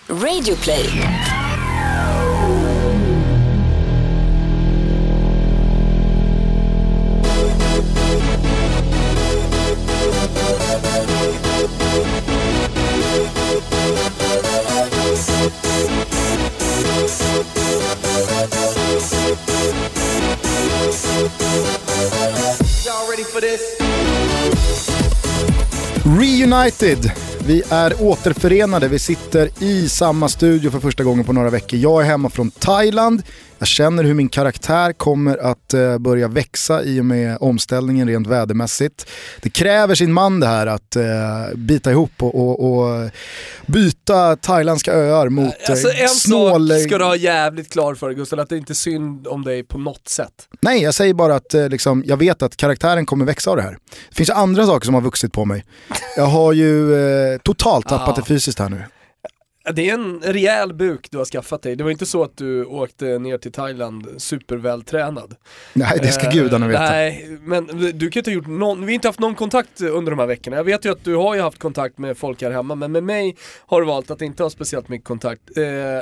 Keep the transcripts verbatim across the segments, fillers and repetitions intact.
Radioplay. Y'all ready for this? Reunited. Vi är återförenade. Vi sitter i samma studio för första gången på några veckor. Jag är hemma från Thailand. Jag känner hur min karaktär kommer att uh, börja växa i och med omställningen rent vädermässigt. Det kräver sin man det här att uh, bita ihop och, och, och byta thailändska öar mot alltså, uh, en snål... sak ska du ha jävligt klar för, Gustav, att det inte är synd om dig på något sätt. Nej, jag säger bara att uh, liksom, jag vet att karaktären kommer växa av det här. Det finns ju andra saker som har vuxit på mig. Jag har ju uh, totalt tappat ah. det fysiskt här nu. Det är en rejäl buk du har skaffat dig. Det var inte så att du åkte ner till Thailand supervältränad. Nej, det ska uh, gudarna veta. Nej, men du kan inte ha gjort någon, vi har inte haft någon kontakt under de här veckorna. Jag vet ju att du har ju haft kontakt med folk här hemma, men med mig har du valt att inte ha speciellt mycket kontakt. Uh,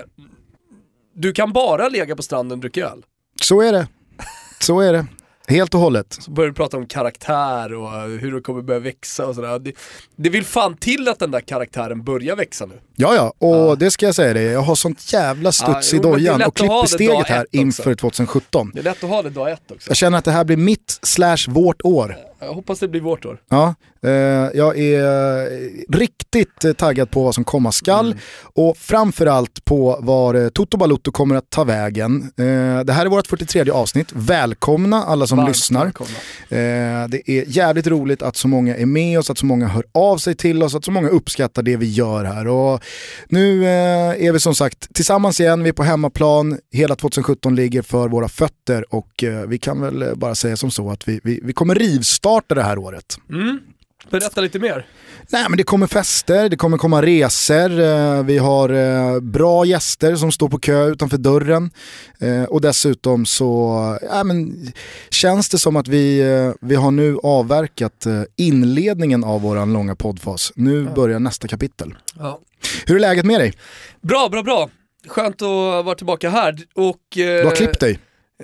du kan bara lägga på stranden och dricka öl. Så är det. Så är det. Helt och hållet. Så börjar du prata om karaktär och hur du kommer börja växa och sådär. Det, det vill fan till att den där karaktären börjar växa nu. Ja, ja. Och ah. det ska jag säga dig. Jag har sånt jävla studs ah, i dojan och klipper steget här inför tjugosjutton. Det är lätt att ha det dag ett också. Jag känner att det här blir mitt slash vårt år. Jag hoppas det blir vårt år. Ja, eh, jag är riktigt taggad på vad som komma skall. Mm. Och framförallt på var Toto Balotto kommer att ta vägen. Eh, det här är vårt fyrtiotredje avsnitt. Välkomna alla som Varmt lyssnar. Eh, det är jävligt roligt att så många är med oss, att så många hör av sig till oss, att så många uppskattar det vi gör här. Och nu eh, är vi som sagt tillsammans igen, vi är på hemmaplan. Hela tjugosjutton ligger för våra fötter och eh, vi kan väl bara säga som så att vi, vi, vi kommer rivstarta det här året. Mm. Berätta lite mer. Nej, men det kommer fester, det kommer komma resor, vi har bra gäster som står på kö utanför dörren och dessutom så ja, men, känns det som att vi, vi har nu avverkat inledningen av våran långa poddfas. Nu ja. börjar nästa kapitel. Ja. Hur är läget med dig? Bra, bra, bra. Skönt att vara tillbaka här. Och, du har klippt dig.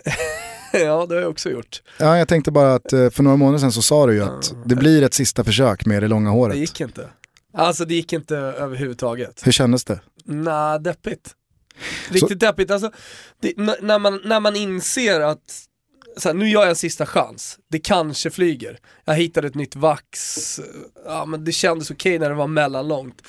Ja, det har jag också gjort. Ja, jag tänkte bara att för några månader sedan så sa du ju att det blir ett sista försök med det långa håret. Det gick inte. Alltså det gick inte överhuvudtaget. Hur kändes det? Nej, deppigt. Riktigt så... deppigt. Alltså, det, n- när, man, när man inser att så här, nu gör jag en sista chans. Det kanske flyger. Jag hittade ett nytt vax. Ja, men det kändes okej när det var mellanlångt.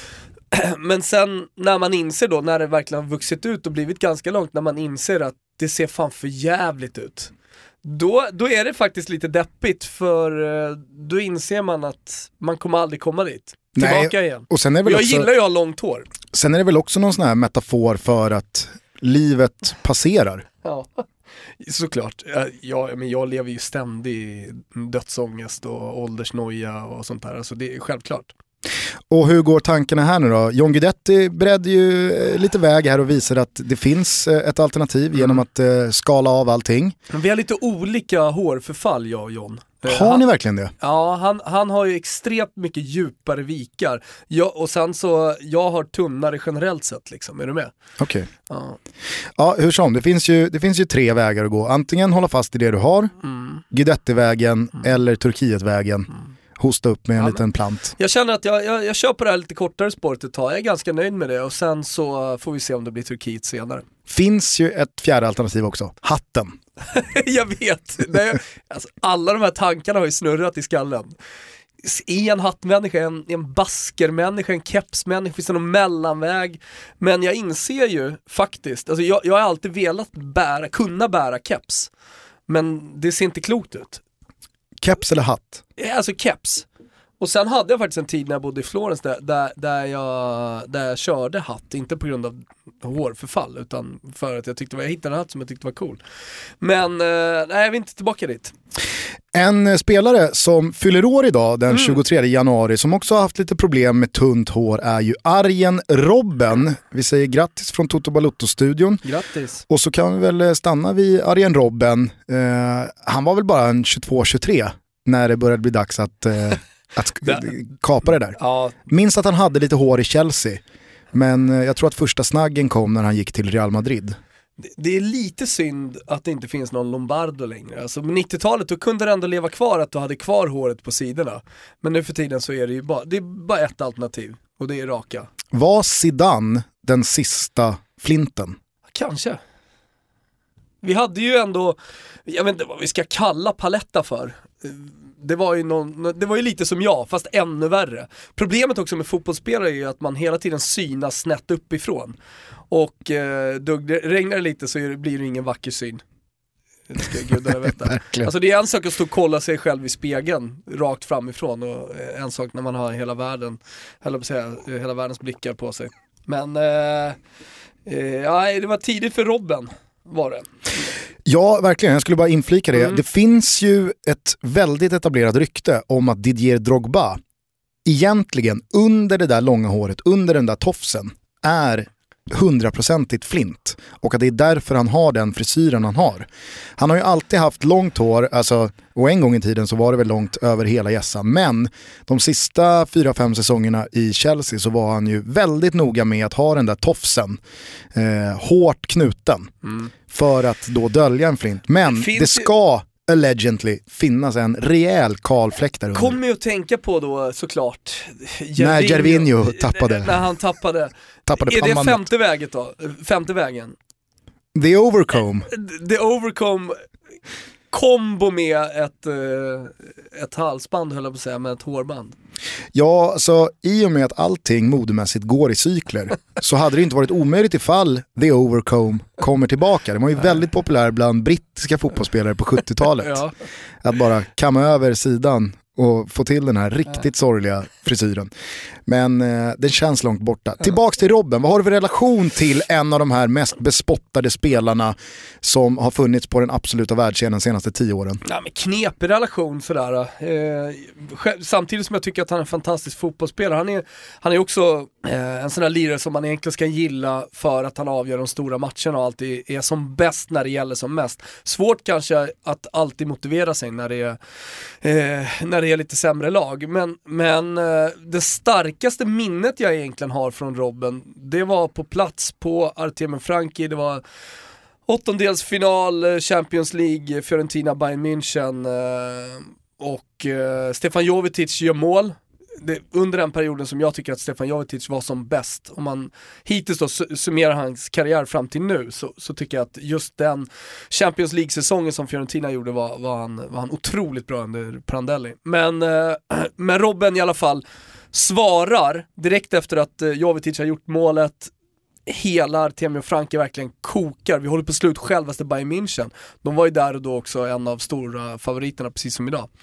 Men sen när man inser då, när det verkligen har vuxit ut och blivit ganska långt, när man inser att det ser fan för jävligt ut. Då, då är det faktiskt lite deppigt, för då inser man att man kommer aldrig komma dit. Tillbaka Nej, igen. Och sen är väl jag också, gillar ju att ha långt hår. Sen är det väl också någon sån här metafor för att livet passerar. Ja, såklart. Jag, men jag lever ju ständig dödsångest och åldersnoja och sånt där. Alltså det är självklart. Och hur går tankarna här nu då? John Guidetti beredde ju lite väg här och visade att det finns ett alternativ mm. genom att uh, skala av allting. Vi har lite olika hårförfall, jag och John. Har han, ni verkligen det? Ja, han, han har ju extremt mycket djupare vikar. Jag, och sen så, jag har tunnare generellt sett liksom, är du med? Okej. Okay. Ja. Ja, hur som, det finns, ju, det finns ju tre vägar att gå. Antingen hålla fast i det du har, mm. Guidetti-vägen mm. eller Turkiet-vägen. Mm. Hosta upp med en ja, liten plant. Jag känner att jag, jag, jag kör på det här lite kortare spåret ett tag. Jag är ganska nöjd med det och sen så får vi se om det blir Turkiet senare. Finns ju ett fjärde alternativ också. Hatten. Jag vet. Nej, alltså, alla de här tankarna har ju snurrat i skallen. Är en hattmänniska, en, en baskermänniska, en kepsmänniska, finns det någon mellanväg? Men jag inser ju faktiskt, alltså jag, jag har alltid velat bära, kunna bära keps. Men det ser inte klokt ut. Keps eller hatt? Alltså keps. Och sen hade jag faktiskt en tid när jag bodde i Florens där, där, där, jag, där jag körde hatt. Inte på grund av hårförfall utan för att jag tyckte jag hittade en hatt som jag tyckte var cool. Men eh, nej, jag vill inte tillbaka dit. En spelare som fyller år idag den mm. tjugotredje januari som också har haft lite problem med tunt hår är ju Arjen Robben. Vi säger grattis från Toto Balotto-studion. Grattis. Och så kan vi väl stanna vid Arjen Robben. Eh, han var väl bara en tjugotvå tjugotre när det började bli dags att, eh, att kapa det där. Ja. Minns att han hade lite hår i Chelsea. Men jag tror att första snaggen kom när han gick till Real Madrid. Det, det är lite synd att det inte finns någon Lombardo längre. Alltså på nittiotalet då kunde det ändå leva kvar att du hade kvar håret på sidorna. Men nu för tiden så är det ju bara, det är bara ett alternativ och det är raka. Var Zidane den sista flinten? Kanske. Vi hade ju ändå, jag vet inte vad vi ska kalla Paletta för. Det var, ju någon, det var ju lite som jag, fast ännu värre. Problemet också med fotbollsspelare är ju att man hela tiden synas snett uppifrån. Och eh, då regnar det lite så det blir det ingen vacker syn. Det ska gudarna veta. Alltså det är en sak att stå och kolla sig själv i spegeln rakt framifrån och en sak när man har hela världen, eller på säga, hela världens blickar på sig. Men eh, eh, ja, det var tidigt för Robben, var det. Ja, verkligen. Jag skulle bara inflika det. Mm. Det finns ju ett väldigt etablerat rykte om att Didier Drogba egentligen under det där långa håret, under den där tofsen, är hundraprocentigt flint. Och att det är därför han har den frisyren han har. Han har ju alltid haft långt hår, alltså, och en gång i tiden så var det väl långt över hela hjässan. Men de sista fyra, fem säsongerna i Chelsea så var han ju väldigt noga med att ha den där tofsen eh, hårt knuten. Mm. För att då dölja en flint. Men det, det ska ju allegedly finnas en rejäl kalfläck där under. Kommer ju att tänka på då såklart Gervinho, när Gervinho tappade. När han tappade. tappade är det pannbandet. Femte vägen då? Femte vägen? The Overcomb. The Overcomb kombo med ett, ett halsband, höll jag på att säga, med ett hårband. Ja, alltså i och med att allting modemässigt går i cykler så hade det inte varit omöjligt ifall The Overcomb kommer tillbaka. Det var ju väldigt populär bland brittiska fotbollsspelare på sjuttiotalet. Ja. Att bara kamma över sidan och få till den här riktigt sorgliga frisyren. Men eh, den känns långt borta. Tillbaks till Robben, vad har du för relation till en av de här mest bespottade spelarna som har funnits på den absoluta världsscenen de senaste tio åren? Ja, men knepig relation sådär. Eh, samtidigt som jag tycker att han är en fantastisk fotbollsspelare. Han är, han är också eh, en sån där lirare som man egentligen ska gilla för att han avgör de stora matcherna och alltid är som bäst när det gäller som mest. Svårt kanske att alltid motivera sig när det är, eh, när det är lite sämre lag. Men, men eh, det starkaste minnet jag egentligen har från Robben, det var på plats på Artemio Franchi. Det var åttondelsfinal Champions League, Fiorentina Bayern München eh, och eh, Stefan Jovetic gör mål. Det, under den perioden som jag tycker att Stefan Jovetic var som bäst, om man hittills då summerar hans karriär fram till nu, så, så tycker jag att just den Champions League-säsongen som Fiorentina gjorde var, var, han, var han otroligt bra under Prandelli. Men, eh, men Robben i alla fall svarar direkt efter att eh, Jovetic har gjort målet. Hela Artemio Franchi verkligen kokar. Vi håller på slut självaste Bayern München. De var ju där och då också en av stora favoriterna, precis som idag.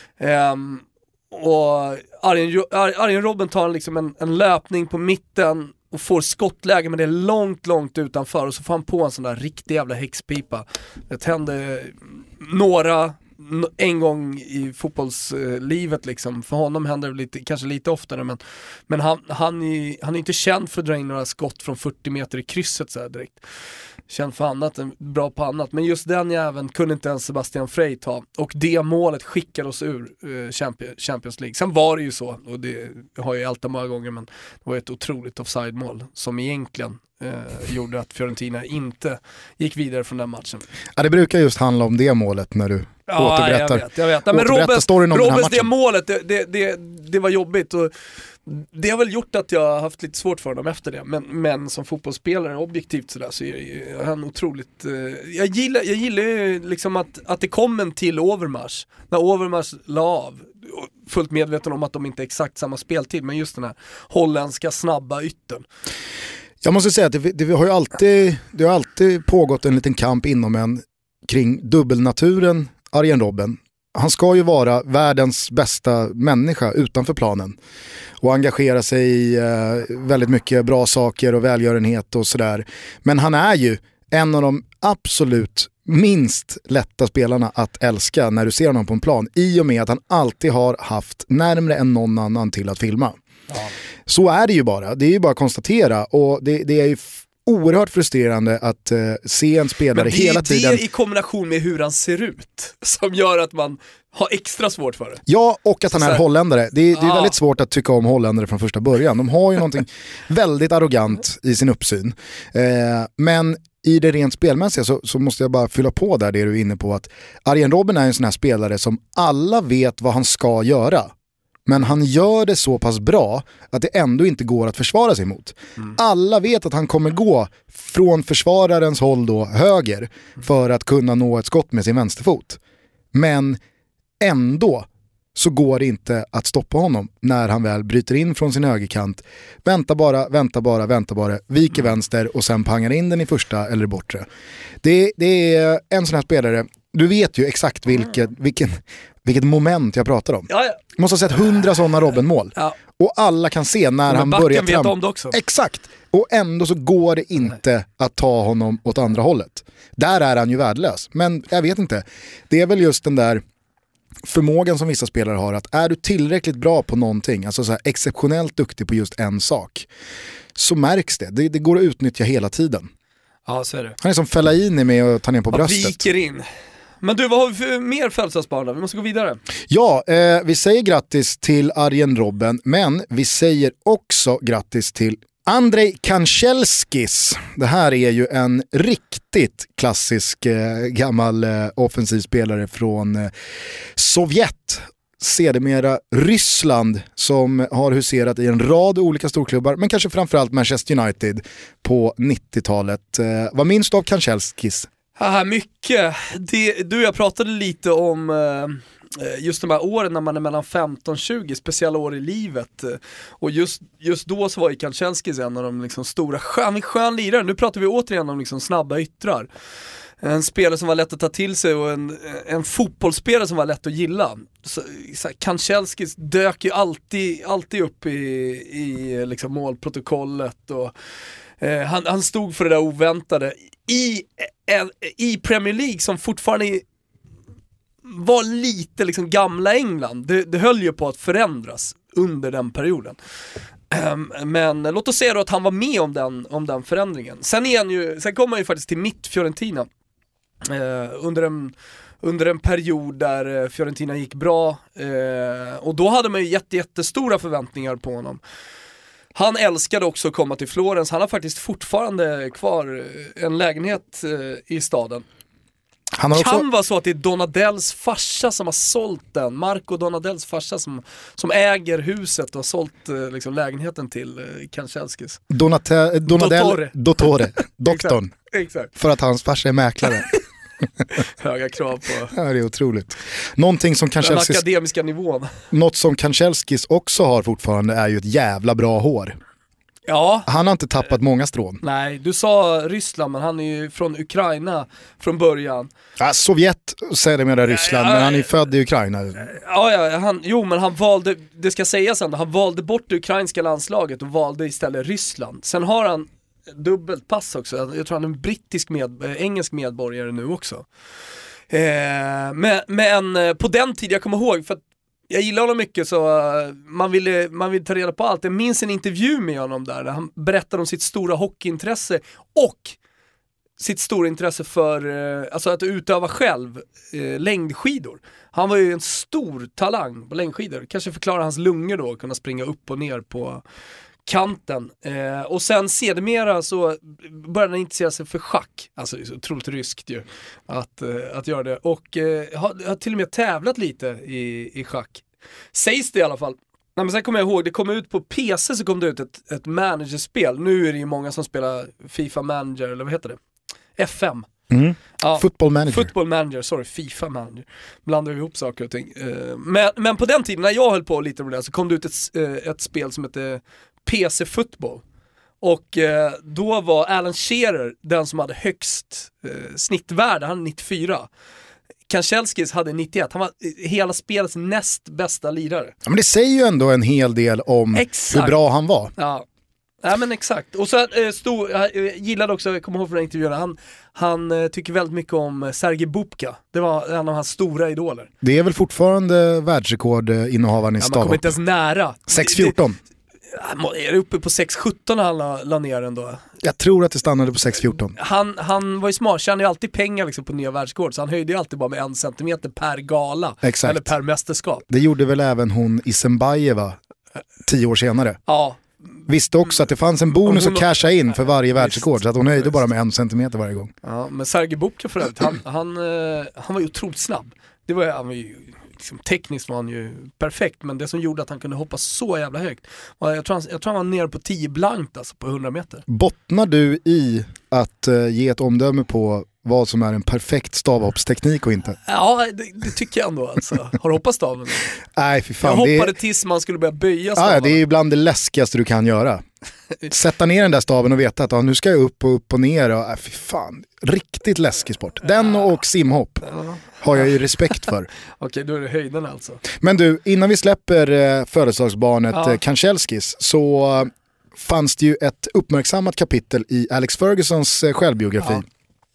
Um, och Arjen, Arjen Robben tar liksom en, en löpning på mitten och får skottläge, men det är långt, långt utanför, och så får han på en sån där riktig jävla häxpipa. Det hände några en gång i fotbollslivet liksom. För honom händer det lite, kanske lite oftare, men, men han, han, är, han är inte känd för att dra in några skott från fyrtio meter i krysset så här direkt. Känd för annat, bra på annat. Men just den jäveln kunde inte ens Sebastian Frey ta. Och det målet skickar oss ur uh, Champions League. Sen var det ju så, och det har jag ältat många gånger, men det var ett otroligt offside-mål som egentligen uh, gjorde att Fiorentina inte gick vidare från den matchen. Ja, det brukar just handla om det målet när du ja, återberättar, jag vet, jag vet. Ja, men Robbes, Robbes det målet, det, det, det, det var jobbigt, och det har väl gjort att jag har haft lite svårt för dem efter det. Men, men som fotbollsspelare objektivt sådär, så är han otroligt eh, jag gillar, jag gillar ju liksom att, att det kom en till Overmars. När Overmars la av, fullt medveten om att de inte är exakt samma speltid, men just den här holländska snabba yttern. Jag måste säga att det, det, har ju alltid, det har alltid pågått en liten kamp inom en kring dubbelnaturen Arjen Robben. Han ska ju vara världens bästa människa utanför planen och engagera sig i eh, väldigt mycket bra saker och välgörenhet och sådär. Men han är ju en av de absolut minst lätta spelarna att älska när du ser honom på en plan, i och med att han alltid har haft närmare än någon annan till att filma. Ja. Så är det ju bara. Det är ju bara att konstatera, och det, det är ju oerhört frustrerande att uh, se en spelare hela tiden. Men det är det i kombination med hur han ser ut som gör att man har extra svårt för det. Ja, och att han är här, holländare. Det är, det är ja. väldigt svårt att tycka om holländare från första början. De har ju någonting väldigt arrogant i sin uppsyn. Eh, men i det rent spelmässiga så, så måste jag bara fylla på där det du är inne på, att Arjen Robben är en sån här spelare som alla vet vad han ska göra. Men han gör det så pass bra att det ändå inte går att försvara sig mot. Mm. Alla vet att han kommer gå från försvararens håll då höger för att kunna nå ett skott med sin vänsterfot. Men ändå så går det inte att stoppa honom när han väl bryter in från sin högerkant. Vänta bara, vänta bara, vänta bara, viker vänster och sen pangar in den i första eller bortre. Det, det är en sån här spelare, du vet ju exakt vilket, vilken, vilket moment jag pratar om. Ja, ja. Måste ha sett hundra sådana Robben-mål. Ja. Och alla kan se när han börjar vet om det också. Exakt. Och ändå så går det inte Nej. att ta honom åt andra hållet. Där är han ju värdelös. Men jag vet inte. Det är väl just den där förmågan som vissa spelare har, att är du tillräckligt bra på någonting, alltså så här exceptionellt duktig på just en sak, så märks det. Det, det går att utnyttja hela tiden. Ja, så är det. Han är som Fellaini med att ta ner på ja, bröstet. Viker in. Men du, vad har vi för mer födelsedagsbarn då? Vi måste gå vidare. Ja, eh, vi säger grattis till Arjen Robben, men vi säger också grattis till Andrej Kanchelskis. Det här är ju en riktigt klassisk eh, gammal eh, offensiv spelare från eh, Sovjet, sedermera Ryssland, som har huserat i en rad olika storklubbar, men kanske framförallt Manchester United på nittiotalet. Eh, vad minns du av Kanchelskis? Haha, mycket. Det, du och jag pratade lite om eh, just de här åren när man är mellan femton och tjugo, speciella år i livet. Och just, just då så var ju Kanchelskis en av de liksom stora skön, skön lirare. Nu pratar vi återigen om liksom snabba yttrar. En spelare som var lätt att ta till sig och en, en fotbollsspelare som var lätt att gilla. Så, så Kanchelskis dök ju alltid, alltid upp i, i liksom målprotokollet och eh, han, han stod för det där oväntade i, en, i Premier League som fortfarande var lite liksom gamla England. Det, det höll ju på att förändras under den perioden. Um, men låt oss säga då att han var med om den, om den förändringen. Sen, är han ju, sen kom han ju faktiskt till mitt Fiorentina uh, under, en, under en period där Fiorentina gick bra uh, och då hade man ju jätte, jättestora förväntningar på honom. Han älskade också att komma till Florens. Han har faktiskt fortfarande kvar en lägenhet uh, i staden. Han har också... kan vara så att det är Donadells farsa som har sålt den. Marco Donadells farsa som, som äger huset och har sålt eh, liksom, lägenheten till eh, Kanchelskis. Donate, Donadell, Dottore, Dottore, doktorn. Exakt, exakt. För att hans farsa är mäklare. Höga krav på... Ja, det är otroligt. Någonting som Kanchelskis... Den akademiska nivån. Något som Kanchelskis också har fortfarande är ju ett jävla bra hår. Ja. Han har inte tappat många strån. Nej, du sa Ryssland, men han är ju från Ukraina från början. Ja, Sovjet säger det med Ryssland, ja, ja, men han är född i Ukraina. Ja, ja han, jo, men han valde, det ska sägas ändå, han valde bort det ukrainska landslaget och valde istället Ryssland. Sen har han dubbelt pass också. Jag tror han är en brittisk med, äh, engelsk medborgare nu också. Eh, men, men på den tiden, jag kommer ihåg, för att jag gillar honom mycket, så man ville, man ville ta reda på allt. Jag minns en intervju med honom där, där han berättade om sitt stora hockeyintresse och sitt stora intresse för alltså att utöva själv eh, längdskidor. Han var ju en stor talang på längdskidor. Kanske förklarar hans lungor då, kunna springa upp och ner på kanten. Eh, och sen sedermera så började han intressera sig för schack. Alltså det är så otroligt ryskt ju att, eh, att göra det. Och eh, har, har till och med tävlat lite i, i schack. Sägs det i alla fall. Nej, men sen kommer jag ihåg, det kom ut på P C, så kom det ut ett, ett managerspel. Nu är det ju många som spelar FIFA Manager, eller vad heter det? F M. Mm. Ja, Football Manager. Football Manager, sorry, FIFA Manager. Blandar ihop saker och ting. Uh, men, men på den tiden när jag höll på lite med det, så kom det ut ett, uh, ett spel som heter P C Football. Och uh, då var Alan Shearer den som hade högst uh, snittvärde, han hade nittiofyra. Kanchelskis hade nittioett. Han var hela spelets näst bästa lirare. Ja, men det säger ju ändå en hel del om exakt. Hur bra han var. Ja. Ja, men exakt. Och så äh, stod, jag äh, gillade också, jag kommer ihåg från den intervjun, han, han äh, tycker väldigt mycket om Sergej Bubka. Det var en av hans stora idoler. Det är väl fortfarande världsrekordinnehavaren i ja, stavhopp. Man kommer inte ens nära. sex fjorton. Är det uppe på sex sjutton när han la, la ner den då? Jag tror att det stannade på sex fjorton. Han, han var ju smart, tjänade ju alltid pengar liksom på nya världsrekord, så han höjde ju alltid bara med en centimeter per gala. Exakt. Eller per mästerskap. Det gjorde väl även hon Isenbayeva tio år senare. Ja. Visste också att det fanns en bonus hon... att casha in för varje världsrekord, så att hon höjde bara med en centimeter varje gång. Ja, men Sergej Bubka för övrigt, han, han, han var ju otroligt snabb. Det var, han var ju, liksom, tekniskt var han ju perfekt, men det som gjorde att han kunde hoppa så jävla högt, jag tror han, jag tror han var nere på tio blankt alltså, på hundra meter. Bottnar du i att uh, ge ett omdöme på vad som är en perfekt stavhoppsteknik och inte? Ja, det, det tycker jag ändå alltså. Har du hoppat staven? Nej, fy fan. Jag hoppade det... tills man skulle börja böja staven. Ja, det är ju bland det läskigaste du kan göra. Sätta ner den där staven och veta att ja, nu ska jag upp och upp och ner. Och, äh, fy fan, riktigt läskig sport. Den och simhopp har jag ju respekt för. Okej, då är det höjden alltså. Men du, innan vi släpper eh, födelsedagsbarnet ja. eh, Kanchelskis, så eh, fanns det ju ett uppmärksammat kapitel i Alex Fergusons eh, självbiografi. Ja.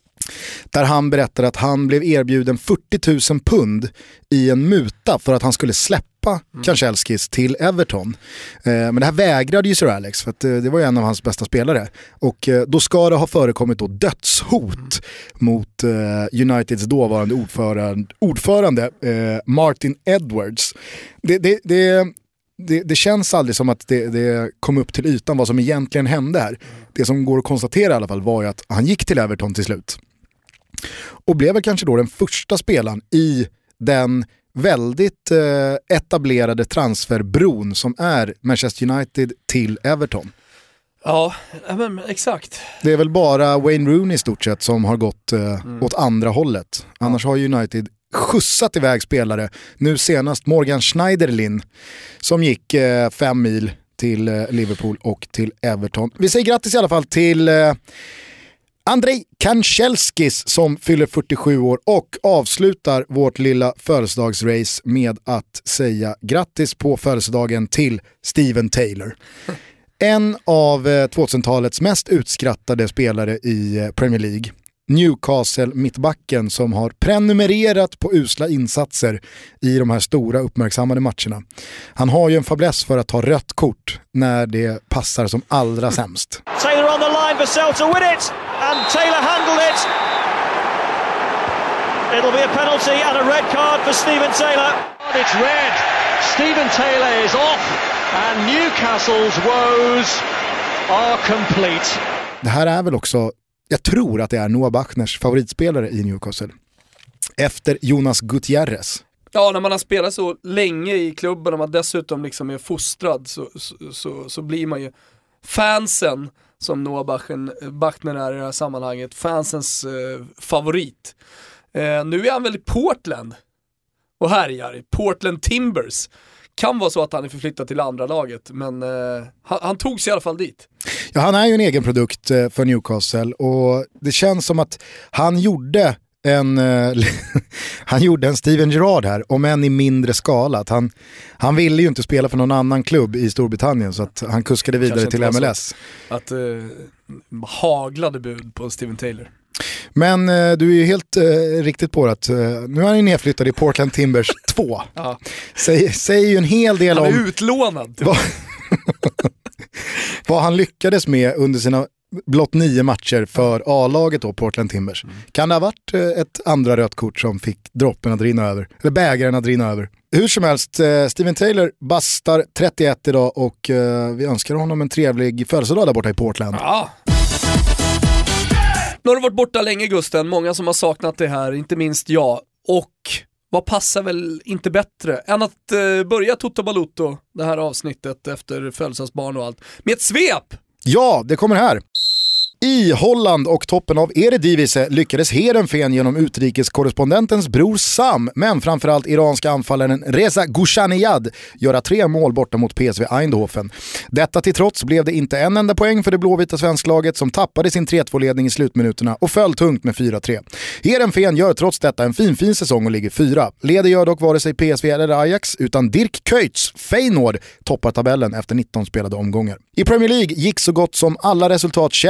Där han berättar att han blev erbjuden fyrtio tusen pund i en muta för att han skulle släppa mm. Kanchelskis till Everton. Eh, men det här vägrade ju Sir Alex, för att, eh, det var ju en av hans bästa spelare. Och eh, då ska det ha förekommit då dödshot mm. mot eh, Uniteds dåvarande ordförande, ordförande eh, Martin Edwards. Det, det, det, det, det känns aldrig som att det, det kom upp till ytan vad som egentligen hände här. Det som går att konstatera i alla fall var ju att han gick till Everton till slut. Och blev väl kanske då den första spelaren i den väldigt eh, etablerade transferbron som är Manchester United till Everton. Ja, men exakt. Det är väl bara Wayne Rooney i stort sett som har gått eh, mm. åt andra hållet. Annars ja. har United skjutsat iväg spelare. Nu senast Morgan Schneiderlin som gick eh, fem mil till eh, Liverpool och till Everton. Vi säger grattis i alla fall till eh, Andrej Kanchelskis som fyller fyrtiosju år och avslutar vårt lilla födelsedagsrace med att säga grattis på födelsedagen till Steven Taylor. En av eh, tvåtusentalets mest utskrattade spelare i eh, Premier League. Newcastle mittbacken som har prenumererat på usla insatser i de här stora uppmärksammade matcherna. Han har ju en fäbless för att ta rött kort när det passar som allra sämst. Taylor on the line for Celta with it and Taylor handled it. It'll be a penalty and a red card for Steven Taylor. It's red. Steven Taylor is off and Newcastle's woes are complete. Det här är väl också, jag tror att det är Noah Bachners favoritspelare i Newcastle. Efter Jonas Gutierrez. Ja, när man har spelat så länge i klubben och man dessutom liksom är fostrad så, så, så, så blir man ju fansen, som Noah Bachner är i det här sammanhanget, fansens eh, favorit. Eh, nu är han väl i Portland och härjar i Portland Timbers. Kan vara så att han är förflyttad till andra laget, men eh, han, han tog sig i alla fall dit. Ja, han är ju en egen produkt eh, för Newcastle och det känns som att han gjorde en eh, han gjorde en Steven Gerrard här, om än i mindre skala. Att han, han ville ju inte spela för någon annan klubb i Storbritannien, så att han kuskade vidare till M L S. Att eh, haglade bud på Steven Taylor. Men eh, du är ju helt eh, riktigt på att eh, nu är han ju nedflyttad i Portland Timbers två. Ja. Säger säg ju en hel del om... Han är om utlånad. Vad, vad han lyckades med under sina blott nio matcher för A-laget då, Portland Timbers. Mm. Kan det ha varit eh, ett andra rött kort som fick droppen att rinna över? Eller bägaren att rinna över? Hur som helst, eh, Steven Taylor bastar trettioett idag och eh, vi önskar honom en trevlig födelsedag där borta i Portland. Ja. Nu har du varit borta länge, Gusten. Många som har saknat det här, inte minst jag. Och vad passar väl inte bättre än att eh, börja Toto Balotto, det här avsnittet efter födelsedagsbarn och allt, med ett svep! Ja, det kommer här. I Holland och toppen av Eredivisie lyckades Heerenveen genom utrikeskorrespondentens bror Sam, men framförallt iranska anfallaren Reza Ghoshaniad göra tre mål borta mot P S V Eindhoven. Detta till trots blev det inte en enda poäng för det blåvita svensklaget som tappade sin tre två-ledning i slutminuterna och föll tungt med fyra tre. Heerenveen gör trots detta en fin fin säsong och ligger fyra. Leder gör dock vare sig P S V eller Ajax, utan Dirk Kuyts Feyenoord toppar tabellen efter nitton spelade omgångar. I Premier League gick så gott som alla resultat Chelseas väg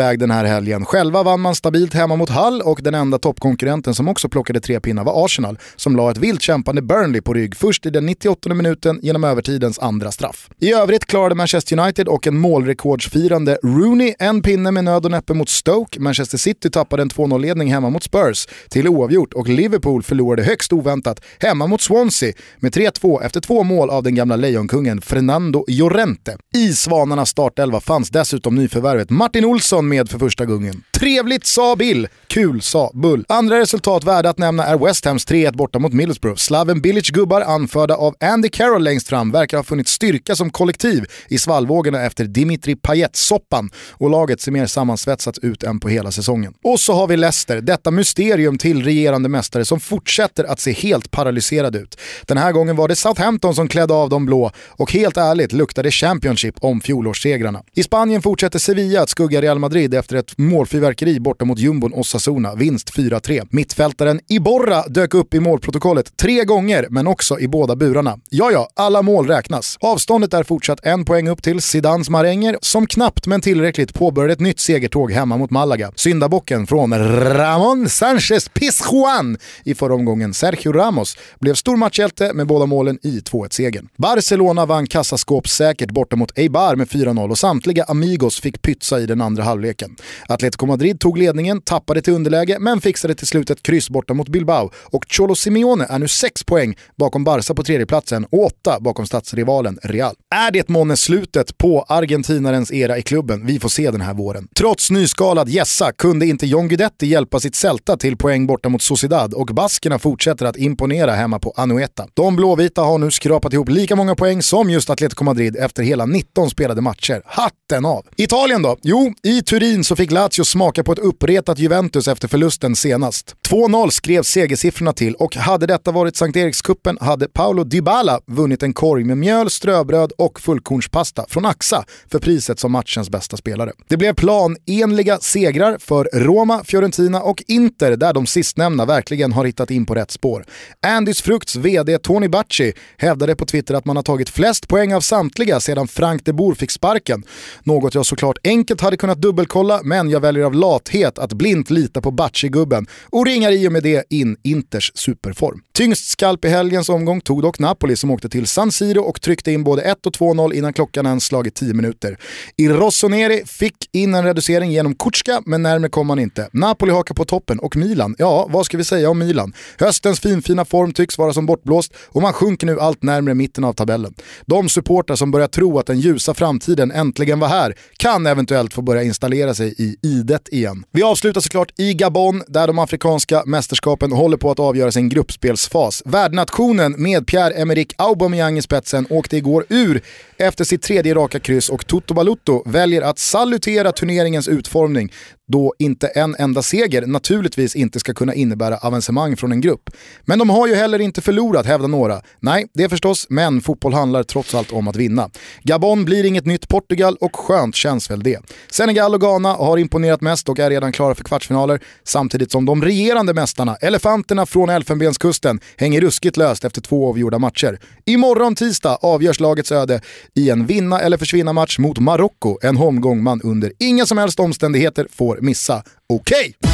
iväg den här helgen. Själva vann man stabilt hemma mot Hull och den enda toppkonkurrenten som också plockade tre pinnar var Arsenal som la ett vilt kämpande Burnley på rygg först i den nittioåttonde minuten genom övertidens andra straff. I övrigt klarade Manchester United och en målrekordsfirande Rooney en pinne med nöd och näppe mot Stoke. Manchester City tappade en två noll-ledning hemma mot Spurs till oavgjort och Liverpool förlorade högst oväntat hemma mot Swansea med tre två efter två mål av den gamla lejonkungen Fernando Llorente. I Svanarnas startelva fanns dessutom nyförvärvet Martin Olsson med för första gången. Trevligt, sa Bill. Kul, sa Bull. Andra resultat värda att nämna är West Hams tre ett borta mot Middlesbrough. Slaven Bilic gubbar anförda av Andy Carroll längst fram verkar ha funnit styrka som kollektiv i svallvågorna efter Dimitri Payet-soppan och laget ser mer sammansvetsat ut än på hela säsongen. Och så har vi Leicester, detta mysterium till regerande mästare som fortsätter att se helt paralyserad ut. Den här gången var det Southampton som klädde av de blå och helt ärligt luktade Championship om fjolårssegrarna. I Spanien fortsätter Sevilla att skugga Real Madrid efter ett målfyrverkeri borta mot Jumbon Osasuna, vinst fyra tre. Mittfältaren Iborra dök upp i målprotokollet tre gånger men också i båda burarna. Ja ja, alla mål räknas. Avståndet är fortsatt en poäng upp till Zidans maränger som knappt men tillräckligt påbörjade ett nytt segertåg hemma mot Malaga. Syndabocken från Ramon Sanchez Pizjuan i förra omgången, Sergio Ramos, blev stormatchhjälte med båda målen i två ett-segern. Barcelona vann kassaskåp säkert borta mot Eibar med fyra noll och samtliga Amigos fick pytsa i den andra halvleken. Atletico Madrid tog ledningen, tappade till underläge men fixade till slut ett kryss borta mot Bilbao och Cholo Simeone är nu sex poäng bakom Barca på tredjeplatsen och åtta bakom stadsrivalen Real. Är det månne slutet på argentinarens era i klubben? Vi får se den här våren. Trots nyskalad Jessa kunde inte John Guidetti hjälpa sitt Celta till poäng borta mot Sociedad och baskerna fortsätter att imponera hemma på Anoeta. De blåvita har nu skrapat ihop lika många poäng som just Atletico Madrid efter hela nitton spelade matcher. Hatten av! Italien då? Jo, i Turin så fick Lazio smaka på ett uppretat Juventus efter förlusten senast. två noll skrev segersiffrorna till och hade detta varit Sankt Erikskuppen hade Paolo Dybala vunnit en korg med mjöl, ströbröd och fullkornspasta från Axa för priset som matchens bästa spelare. Det blev planenliga segrar för Roma, Fiorentina och Inter där de sistnämnda verkligen har hittat in på rätt spår. Andys Frukts vd Tony Bacci hävdade på Twitter att man har tagit flest poäng av samtliga sedan Frank de Boer fick sparken. Något jag såklart enkelt hade kunnat dubbelkolla men jag väljer av lathet att blint lita på Bacci-gubben och ringar i och med det in Inters superform. Tyngst skalp i helgens omgång tog dock Napoli som åkte till San Siro och tryckte in både ett och två noll innan klockan ens slagit tio minuter. I Rossoneri fick in en reducering genom Kuczka men närmare kom man inte. Napoli hakar på toppen och Milan, ja vad ska vi säga om Milan? Höstens finfina form tycks vara som bortblåst och man sjunker nu allt närmare mitten av tabellen. De supportrar som börjar tro att den ljusa framtiden äntligen var här kan eventuellt få börja installera sig i idet igen. Vi avslutar såklart i Gabon där de afrikanska mästerskapen håller på att avgöra sin gruppspelsfas. Värdnationen med Pierre-Emerick Aubameyang i spetsen åkte igår ur efter sitt tredje raka kryss och Toto Balotto väljer att salutera turneringens utformning då inte en enda seger naturligtvis inte ska kunna innebära avancemang från en grupp. Men de har ju heller inte förlorat, hävdar några. Nej, det är förstås, men fotboll handlar trots allt om att vinna. Gabon blir inget nytt Portugal och skönt känns väl det. Senegal och Ghana har imponerat mest och är redan klara för kvartsfinaler samtidigt som de regerande mästarna, elefanterna från Elfenbenskusten, hänger ruskigt löst efter två avgjorda matcher. Imorgon tisdag avgörs lagets öde i en vinna eller försvinna match mot Marocko, en omgång man under inga som helst omständigheter får missa. Okej! Okay.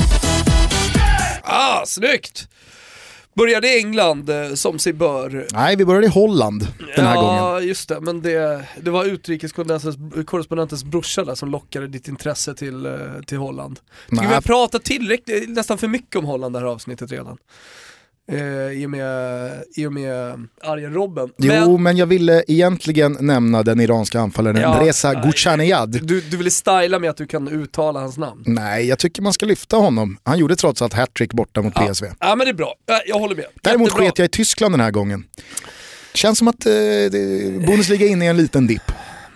Ah, snyggt! Började i England eh, som sig bör. Nej, vi började i Holland den här ja, gången. Ja, just det. Men det, det var utrikeskorrespondentens brorsa där som lockade ditt intresse till, eh, till Holland. Tycker vi har pratat tillräckligt, nästan för mycket om Holland det här avsnittet redan. Eh, i, och med, I och med Arjen Robben. Jo, men, men jag ville egentligen nämna den iranska anfallaren ja, Reza Ghouchaniyad. Du, du ville styla med att du kan uttala hans namn. Nej, jag tycker man ska lyfta honom. Han gjorde trots allt hattrick borta mot ja. P S V. Ja, men det är bra. Jag håller med. Däremot sket jag i Tyskland den här gången. Känns som att eh, Bundesliga är inne i en liten dipp.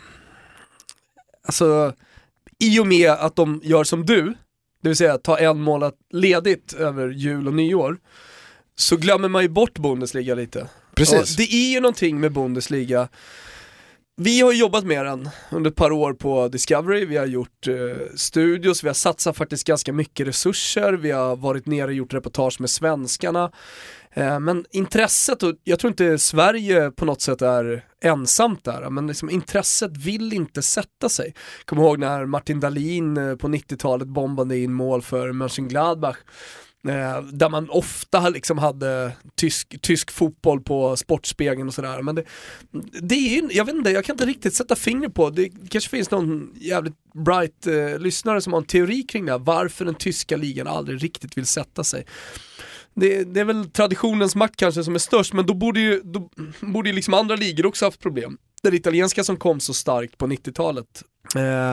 Alltså, i och med att de gör som du, det vill säga ta en månad ledigt över jul och nyår, så glömmer man ju bort Bundesliga lite. Precis. Och det är ju någonting med Bundesliga. Vi har jobbat med den under ett par år på Discovery. Vi har gjort eh, studios, vi har satsat faktiskt ganska mycket resurser. Vi har varit nere och gjort reportage med svenskarna. Eh, men intresset, och jag tror inte Sverige på något sätt är ensamt där, men liksom intresset vill inte sätta sig. Kom ihåg när Martin Dahlin på nittiotalet bombade in mål för Mönchengladbach. Eh, där man ofta liksom hade tysk, tysk fotboll på Sportspegeln och sådär. Men det, det är ju, jag vet inte, jag kan inte riktigt sätta fingret på. Det kanske finns någon jävligt bright eh, lyssnare som har en teori kring det här. Varför den tyska ligan aldrig riktigt vill sätta sig. Det, det är väl traditionens makt kanske som är störst, men då borde ju, då borde ju liksom andra ligor också haft problem. Det italienska som kom så starkt på nittiotalet. Eh,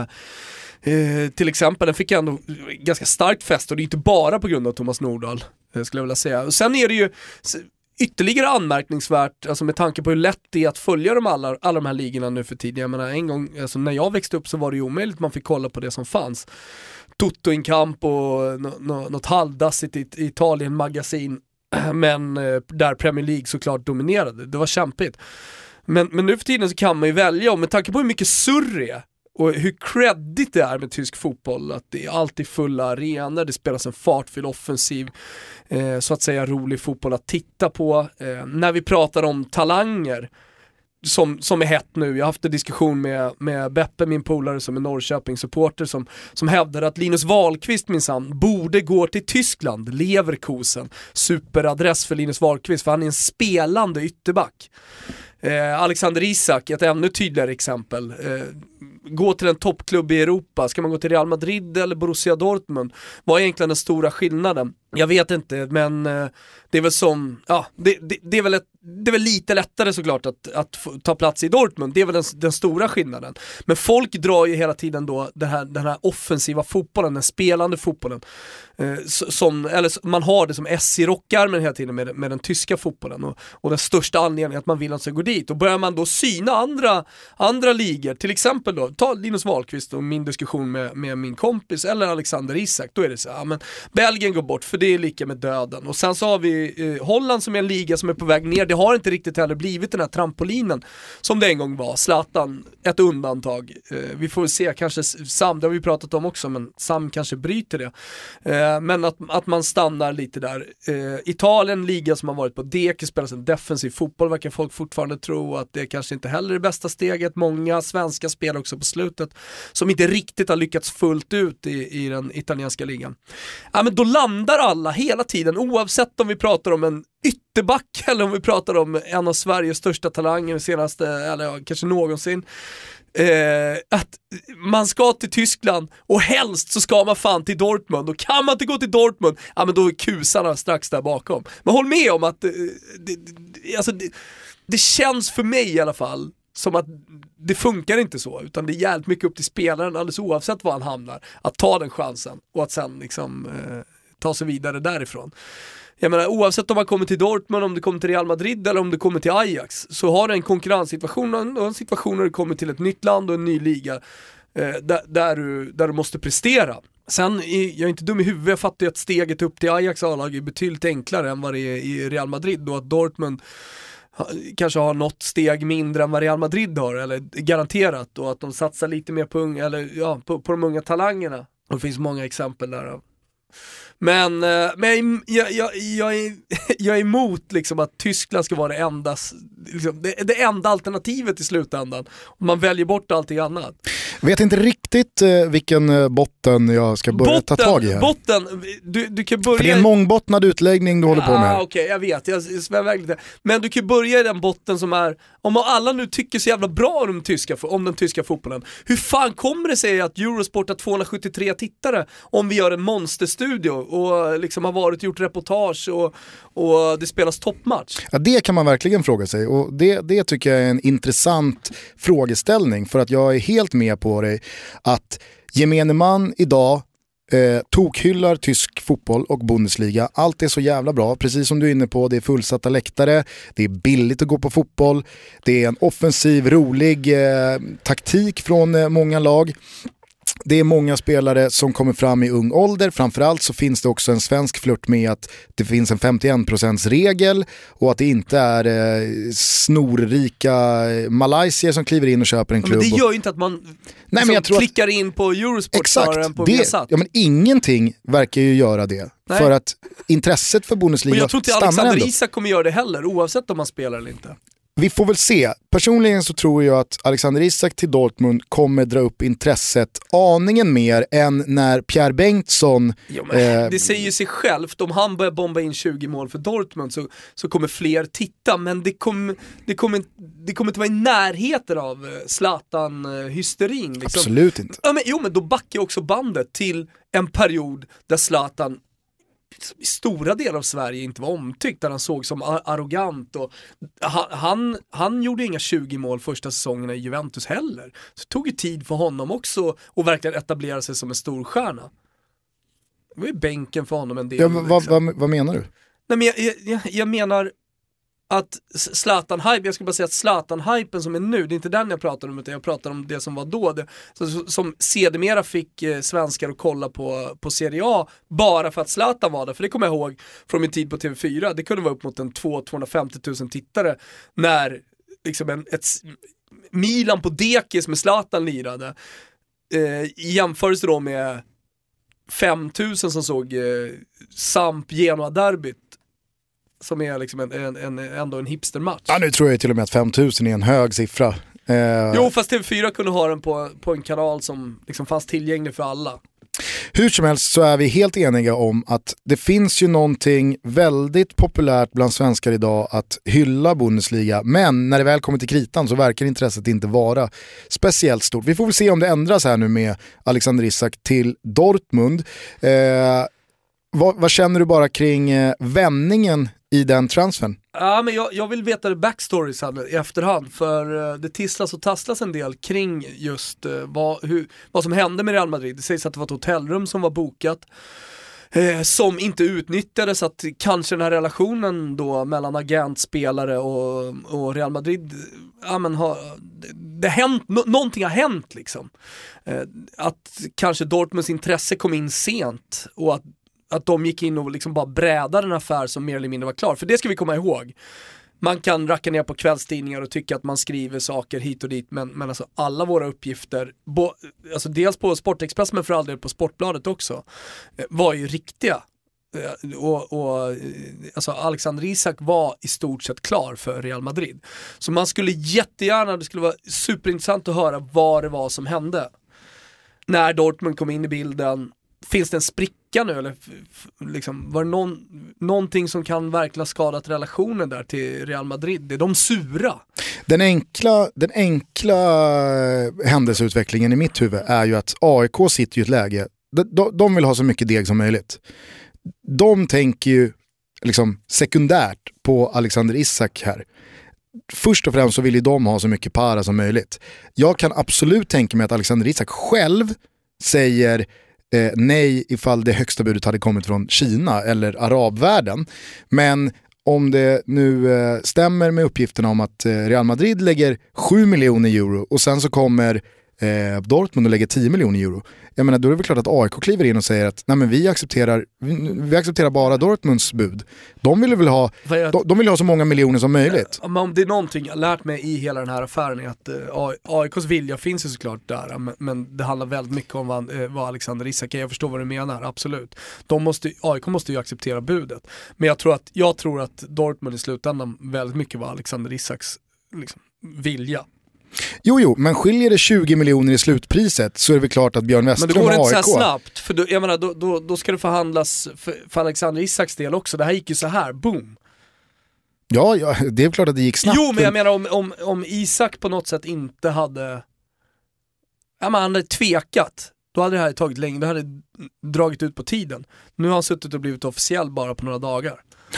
Eh, till exempel, den fick ändå ganska starkt fäst, och det är inte bara på grund av Thomas Nordahl, eh, skulle jag vilja säga. Och sen är det ju ytterligare anmärkningsvärt, alltså med tanke på hur lätt det är att följa de alla, alla de här ligorna nu för tiden. Jag menar, en gång, alltså när jag växte upp så var det ju omöjligt, man fick kolla på det som fanns. Toto in Campo och no, no, något halvdassigt i, i Italien-magasin, men eh, där Premier League såklart dominerade. Det var kämpigt. Men, men nu för tiden så kan man ju välja, och med tanke på hur mycket surr det är och hur credit det är med tysk fotboll, att det är alltid fulla arenor, det spelas en fartfylld offensiv, eh, så att säga rolig fotboll att titta på. Eh, när vi pratar om talanger som, som är hett nu, jag har haft en diskussion med, med Beppe, min polare som är Norrköping-supporter, som, som hävdar att Linus Wahlqvist minsann borde gå till Tyskland, Leverkusen, superadress för Linus Wahlqvist, för han är en spelande ytterback. Eh, Alexander Isak, ett ännu tydligare exempel. Eh, gå till en toppklubb i Europa. Ska man gå till Real Madrid eller Borussia Dortmund? Vad är egentligen den stora skillnaden? Jag vet inte, men eh, det är väl som, ja, det, det, det, är väl ett, det är väl lite lättare såklart att, att få, ta plats i Dortmund. Det är väl den, den stora skillnaden. Men folk drar ju hela tiden då den här, den här offensiva fotbollen, den spelande fotbollen. Eh, som, eller man har det som S i rockarmen hela tiden med, med den tyska fotbollen. Och, och den största anledningen att man vill att ska gå dit. Och börjar man då syna andra, andra ligor, till exempel då, ta Linus Wahlqvist och min diskussion med, med min kompis eller Alexander Isak, då är det så ja, men Belgien går bort för det är lika med döden. Och sen så har vi eh, Holland som är en liga som är på väg ner. Det har inte riktigt heller blivit den här trampolinen som det en gång var. Zlatan, ett undantag. Eh, vi får se, kanske Sam, det har vi pratat om också, men Sam kanske bryter det. Eh, men att, att man stannar lite där. Eh, Italien, liga som har varit på dek, spelas en defensiv fotboll, verkar folk fortfarande tro att det kanske inte heller är det bästa steget. Många svenska spelare också på slutet som inte riktigt har lyckats fullt ut i, i den italienska ligan. Ja, men då landar alla hela tiden, oavsett om vi pratar om en ytterback eller om vi pratar om en av Sveriges största talanger senaste, eller ja, kanske någonsin, eh, att man ska till Tyskland och helst så ska man fan till Dortmund, och kan man inte gå till Dortmund, ja men då är kusarna strax där bakom. Men håll med om att eh, det, det, alltså det, det känns för mig i alla fall som att det funkar inte så, utan det är jävligt mycket upp till spelaren alldeles oavsett var han hamnar, att ta den chansen och att sen liksom eh, ta sig vidare därifrån. Jag menar, oavsett om man kommer till Dortmund, om du kommer till Real Madrid eller om du kommer till Ajax, så har du en konkurrenssituation och en situation när du kommer till ett nytt land och en ny liga eh, där, där, du, där du måste prestera. Sen, jag är inte dum i huvudet, jag fattar ju att steget upp till Ajax A-lag är betydligt enklare än vad det är i Real Madrid, och att Dortmund kanske har något steg mindre än vad Real Madrid har, eller garanterat, och att de satsar lite mer på, unga, eller, ja, på, på de unga talangerna. Och det finns många exempel där. Men, men jag, jag, jag, är, jag är emot liksom att Tyskland ska vara det enda, liksom, det, det enda alternativet i slutändan. Man väljer bort allting annat. Vet inte riktigt eh, vilken botten jag ska börja botten, ta tag i här. Botten, du, du kan börja... För det är en mångbottnad utläggning du håller på med här. Ah, okej, okay, jag vet, jag, jag svävar lite. Men du kan börja i den botten som är, om alla nu tycker så jävla bra om, de tyska, om den tyska fotbollen, hur fan kommer det sig att Eurosport har tvåhundrasjuttiotre tittare om vi gör en monsterstudio och liksom har varit gjort reportage och, och det spelas toppmatch? Ja, det kan man verkligen fråga sig, och det, det tycker jag är en intressant frågeställning, för att jag är helt med på dig att gemene man idag eh, tokhyllar tysk fotboll och Bundesliga. Allt är så jävla bra, precis som du är inne på, det är fullsatta läktare, det är billigt att gå på fotboll, det är en offensiv, rolig eh, taktik från eh, många lag. Det är många spelare som kommer fram i ung ålder. Framförallt så finns det också en svensk flört med att det finns en femtioen procents regel och att det inte är eh, snorrika malaysier som kliver in och köper en klubb. Men det gör ju inte att man Nej, men jag tror klickar att... in på Eurosport snarare än på det... Viasat. Ja, men ingenting verkar ju göra det. Nej. För att intresset för Bundesliga och jag tror inte stannar Alexander ändå. Isak kommer göra det heller, oavsett om man spelar eller inte. Vi får väl se. Personligen så tror jag att Alexander Isak till Dortmund kommer dra upp intresset aningen mer än när Pierre Bengtsson... Jo, men, eh, det säger ju sig självt, om han börjar bomba in tjugo mål för Dortmund så, så kommer fler titta, men det kommer, det kommer, det kommer inte vara i närheten av Zlatan-hysterin. Liksom. Absolut inte. Ja, men, jo, men då backar också bandet till en period där Zlatan i stora delar av Sverige inte var omtyckt, där han såg som ar- arrogant och han, han, han gjorde inga tjugo mål första säsongerna i Juventus heller, så det tog ju tid för honom också att verkligen etablera sig som en stor stjärna. Det var ju bänken för honom en del. Ja, men, vad, vad, vad menar du? Nej, men jag, jag, jag menar att Zlatan-hype, jag skulle bara säga att Zlatan-hypen som är nu, det är inte den jag pratar om, utan jag pratar om det som var då, det, som, som sedermera fick eh, svenskar att kolla på, på Serie A bara för att Zlatan var där, för det kommer jag ihåg från min tid på T V fyra, det kunde vara upp mot en två till tvåhundrafemtio tusen tittare när liksom en, ett Milan på dekis med Zlatan lirade, eh, i jämförelse då med fem tusen som såg eh, Samp Genoa-derbyt, som är liksom en, en, en, ändå en hipstermatch. Ja, nu tror jag till och med att fem tusen är en hög siffra. Eh... Jo, fast T V fyra kunde ha den på, på en kanal som liksom fanns tillgänglig för alla. Hur som helst så är vi helt eniga om att det finns ju någonting väldigt populärt bland svenskar idag att hylla Bundesliga, men när det väl kommer till kritan så verkar intresset inte vara speciellt stort. Vi får väl se om det ändras här nu med Alexander Isak till Dortmund. Eh, vad, vad känner du bara kring eh, vändningen i den transfern? Ja, men jag, jag vill veta det backstories här i efterhand, för uh, det tisslas och tasslas en del kring just uh, vad, hur, vad som hände med Real Madrid. Det sägs att det var ett hotellrum som var bokat eh, som inte utnyttjades, att kanske den här relationen då mellan agentspelare och, och Real Madrid, ja, men ha, det, det hänt, no, någonting har hänt liksom. Eh, att kanske Dortmunds intresse kom in sent och att att de gick in och liksom bara brädade en affär som mer eller mindre var klar. För det ska vi komma ihåg. Man kan racka ner på kvällstidningar och tycka att man skriver saker hit och dit, men, men alltså alla våra uppgifter, bo, alltså dels på Sportexpress men för all del på Sportbladet också, var ju riktiga. Och, och alltså Alexander Isak var i stort sett klar för Real Madrid. Så man skulle jättegärna, det skulle vara superintressant att höra vad det var som hände när Dortmund kom in i bilden. Finns det en spricka nu, eller liksom, var det någon, någonting som kan verkligen skadat relationen där till Real Madrid? Är de sura? Den enkla, den enkla händelseutvecklingen i mitt huvud är ju att A I K sitter i ett läge, de, de vill ha så mycket deg som möjligt. De tänker ju liksom sekundärt på Alexander Isak här. Först och främst så vill ju de ha så mycket para som möjligt. Jag kan absolut tänka mig att Alexander Isak själv säger Eh, nej ifall det högsta budet hade kommit från Kina eller arabvärlden. Men om det nu eh, stämmer med uppgifterna om att eh, Real Madrid lägger sju miljoner euro och sen så kommer eh, Dortmund och lägger tio miljoner euro. Jag menar, då är det väl klart att A I K kliver in och säger att nej, men vi accepterar vi, vi accepterar bara Dortmunds bud. De vill väl ha de, de vill ha så många miljoner som möjligt. Men om det är någonting jag lärt mig i hela den här affären är att uh, A I K:s vilja finns ju såklart där, men, men det handlar väldigt mycket om vad, uh, vad Alexander Isak är. Jag förstår vad du menar, absolut. De måste, A I K måste ju acceptera budet. Men jag tror att, jag tror att Dortmund i slutändan väldigt mycket var Alexander Isaks liksom, vilja. Jo, jo, men skiljer det tjugo miljoner i slutpriset så är det väl klart att Björn Westerholm och A I K... Men det går inte så snabbt, för då, jag menar, då, då, då ska det förhandlas för, för Alexander Isaks del också. Det här gick ju så här, boom. Ja, ja, det är klart att det gick snabbt. Jo, men jag menar om, om, om Isak på något sätt inte hade... Ja, man hade tvekat. Då hade det här tagit länge, det hade dragit ut på tiden. Nu har han suttit och blivit officiell bara på några dagar.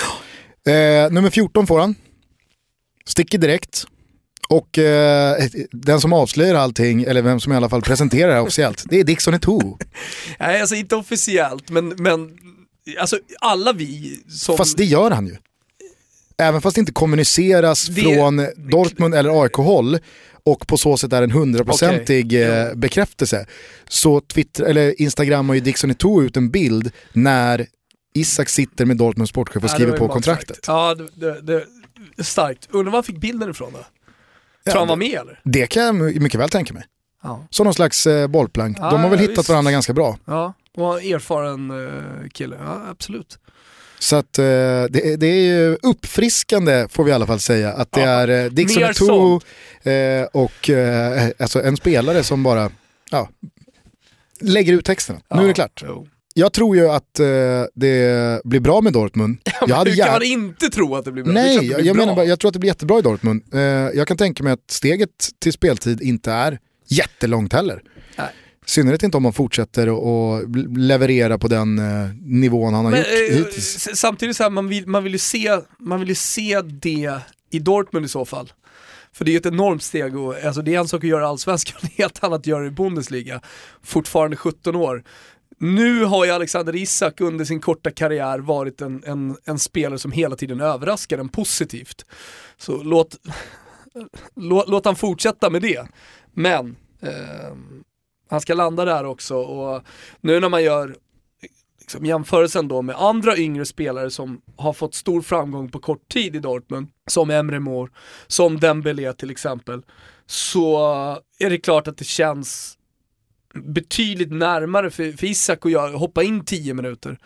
Eh, nummer fjorton får han. Sticker direkt. Och eh, den som avslöjar allting, eller vem som i alla fall presenterar det officiellt, det är Dixon Eto'o. Nej, alltså inte officiellt, men, men alltså alla vi som... Fast det gör han ju. Även fast det inte kommuniceras det... från Dortmund eller A I K-håll. och på så sätt är en hundraprocentig okay. eh, bekräftelse, så Twitter, eller Instagram har ju Dixon Eto'o ut en bild när Isak sitter med Dortmunds sportchef och skriver på kontraktet. Ja, det, det, det är starkt. Undrar var han fick bilden ifrån då? Tror ja, han var med eller? Det kan jag mycket väl tänka mig. Ja. Så någon slags eh, bollplank. Ja, De har väl hittat visst. varandra ganska bra. Ja, och erfaren eh, kille. Ja, absolut. Så att eh, det, det är ju uppfriskande, får vi i alla fall säga, att det ja. är eh, Dixon Eto'o eh, och eh, alltså en spelare som bara ja, lägger ut texterna. Ja. Nu är det klart. Jo. Jag tror ju att eh, det blir bra med Dortmund. Ja, jag hade hur kan man inte tro att det blir bra? Nej, det blir jag, jag menar bara, jag tror att det blir jättebra i Dortmund. Eh, jag kan tänka mig att steget till speltid inte är jättelångt heller. Nej. I synnerhet inte om man fortsätter och leverera på den eh, nivån han har Men, gjort eh, hittills. Samtidigt så här, man vill, man vill ju se, man vill ju se det i Dortmund i så fall. För det är ett enormt steg och, alltså det är en sak att göra allsvenskan, det är helt annat att göra det i Bundesliga. Fortfarande sjutton år. Nu har ju Alexander Isak under sin korta karriär varit en, en, en spelare som hela tiden överraskar en positivt. Så låt, låt, låt han fortsätta med det. Men eh, han ska landa där också. Och nu när man gör liksom, jämförelsen då med andra yngre spelare som har fått stor framgång på kort tid i Dortmund, som Emre Mor, som Dembélé till exempel, så är det klart att det känns betydligt närmare för, för Isak och jag hoppa in tio minuter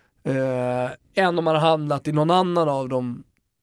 eh, än om man har hamnat i någon annan av de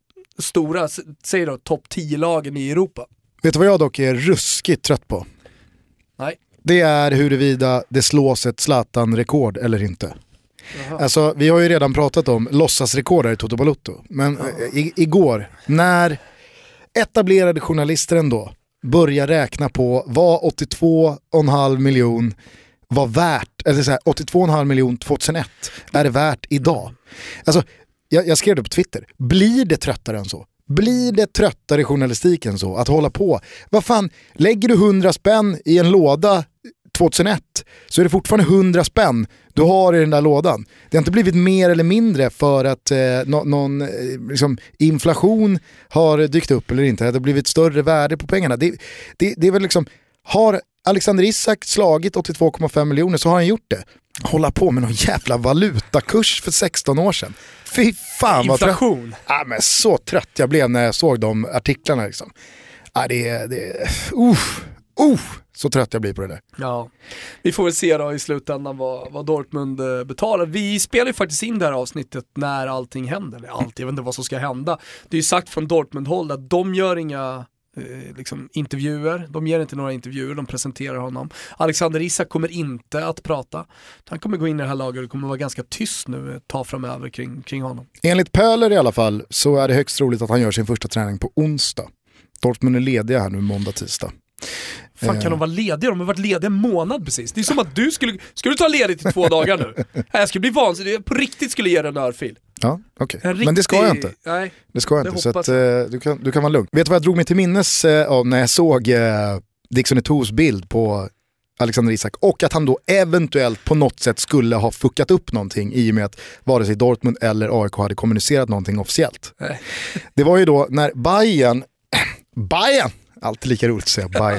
stora, säg då, topp tio-lagen i Europa. Vet du vad jag dock är ruskigt trött på? Nej. Det är huruvida det slås ett Zlatan-rekord eller inte. Jaha. Alltså, vi har ju redan pratat om låtsasrekordare i Toto Balotto. Men ja. i, igår, när etablerade journalister ändå börja räkna på vad åttiotvå komma fem miljon var värt, eller så här, åttiotvå komma fem miljon tjugohundraett är det värt idag. Alltså, jag, jag skrev det på Twitter. Blir det tröttare än så? Blir det tröttare i journalistiken så? Att hålla på. Vad fan, lägger du hundra spänn i en låda tjugohundraett så är det fortfarande hundra spänn du har i den där lådan. Det har inte blivit mer eller mindre för att eh, no, någon eh, liksom, inflation har dykt upp eller inte. Det har blivit större värde på pengarna. Det, det, det är väl liksom, har Alexander Isak slagit åttiotvå komma fem miljoner så har han gjort det. Hålla på med någon jävla valutakurs för sexton år sedan. Fy fan vad inflation. Trött. Ja, men så trött jag blev när jag såg de artiklarna liksom. Ja, det är det uh, uh, så trött jag blir på det där. Ja. Vi får väl se då i slutändan vad, vad Dortmund betalar. Vi spelar ju faktiskt in det här avsnittet när allting händer. Eller allt, jag vet inte vad som ska hända. Det är ju sagt från Dortmund-håll att de gör inga eh, liksom, intervjuer. De ger inte några intervjuer, de presenterar honom. Alexander Isak kommer inte att prata. Han kommer gå in i det här laget och kommer vara ganska tyst nu ett tag framöver kring, kring honom. Enligt Pöler i alla fall så är det högst troligt att han gör sin första träning på onsdag. Dortmund är lediga här nu måndag, tisdag. Fan, kan de vara lediga? De har varit lediga en månad precis. Det är som att du skulle, skulle du ta ledigt i två dagar nu? Jag skulle bli vansinnig. På riktigt skulle ge dig en örfil. Ja, okej. Okay. Riktig... Men det ska jag inte. Nej, det ska jag inte. Så att, uh, du, kan, du kan vara lugn. Vet du vad jag drog mig till minnes uh, av när jag såg uh, Dixon Eto'os bild på Alexander Isak och att han då eventuellt på något sätt skulle ha fuckat upp någonting i och med att vare sig Dortmund eller A I K hade kommunicerat någonting officiellt. Nej. Det var ju då när Bayern Bayern alltid lika roligt att säga Bayern.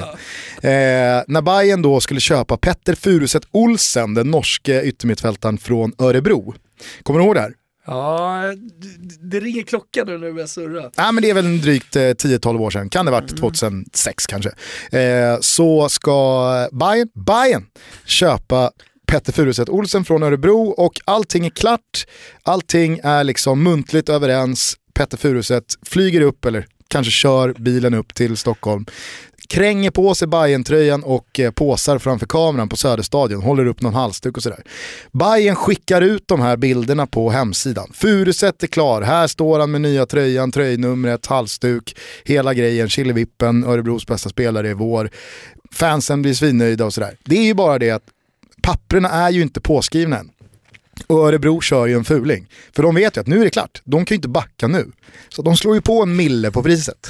Eh, när Bayern då skulle köpa Petter Furuset Olsen, den norske yttermittfältaren från Örebro. Kommer du ihåg det här? Ja, det, det ringer klockan nu när jag surrar. Ja, men det är väl en drygt eh, tio tolv år sedan. Kan det ha varit tjugohundrasex kanske. Eh, så ska Bayern, Bayern köpa Petter Furuset Olsen från Örebro och allting är klart. Allting är liksom muntligt överens. Petter Furuset flyger upp eller kanske kör bilen upp till Stockholm, kränger på sig Bayern-tröjan och eh, påsar framför kameran på Söderstadion, håller upp någon halsduk och sådär. Bayern skickar ut de här bilderna på hemsidan. Furuset är klar, här står han med nya tröjan, tröjnumret, halsduk, hela grejen, Killevippen, Örebros bästa spelare i vår. Fansen blir svinnöjda och sådär. Det är ju bara det att papperna är ju inte påskrivna än. Och Örebro kör ju en fuling. För de vet ju att nu är det klart. De kan ju inte backa nu. Så de slår ju på en mille på priset.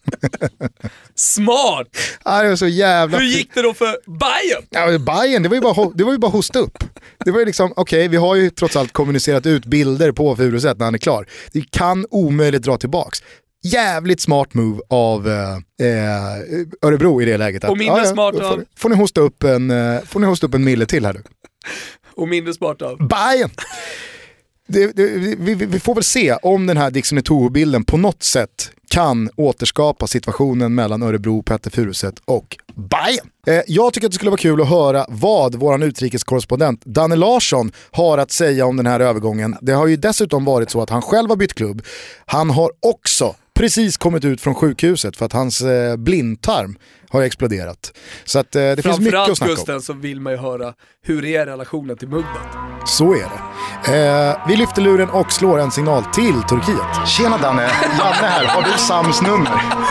Smart! Ja, det var så jävla... Hur gick det då för Bayern? Ja, Bayern, det var ju bara, det var ju bara hosta upp. Det var ju liksom, okej, okay, vi har ju trots allt kommunicerat ut bilder på Furuset när han är klar. Det kan omöjligt dra tillbaks. jävligt smart move av eh, Örebro i det läget. Att, och mindre ja, smart får, av... Får ni hosta upp en, eh, får ni hosta upp en mille till här nu. Och mindre smart av... Bayern! Det, det, vi, vi får väl se om den här Dixon Eto'o-bilden på något sätt kan återskapa situationen mellan Örebro, Petter Furuset och Bayern. Eh, jag tycker att det skulle vara kul att höra vad våran utrikeskorrespondent Danne Larsson har att säga om den här övergången. Det har ju dessutom varit så att han själv har bytt klubb. Han har också precis kommit ut från sjukhuset för att hans eh, blindtarm har exploderat. Så att eh, det finns mycket att snacka om. Gusten, så vill man ju höra hur är relationen till muggen. Så är det. Eh, vi lyfter luren och slår en signal till Turkiet. Tjena Danne, Danne här. Har du Sams nummer?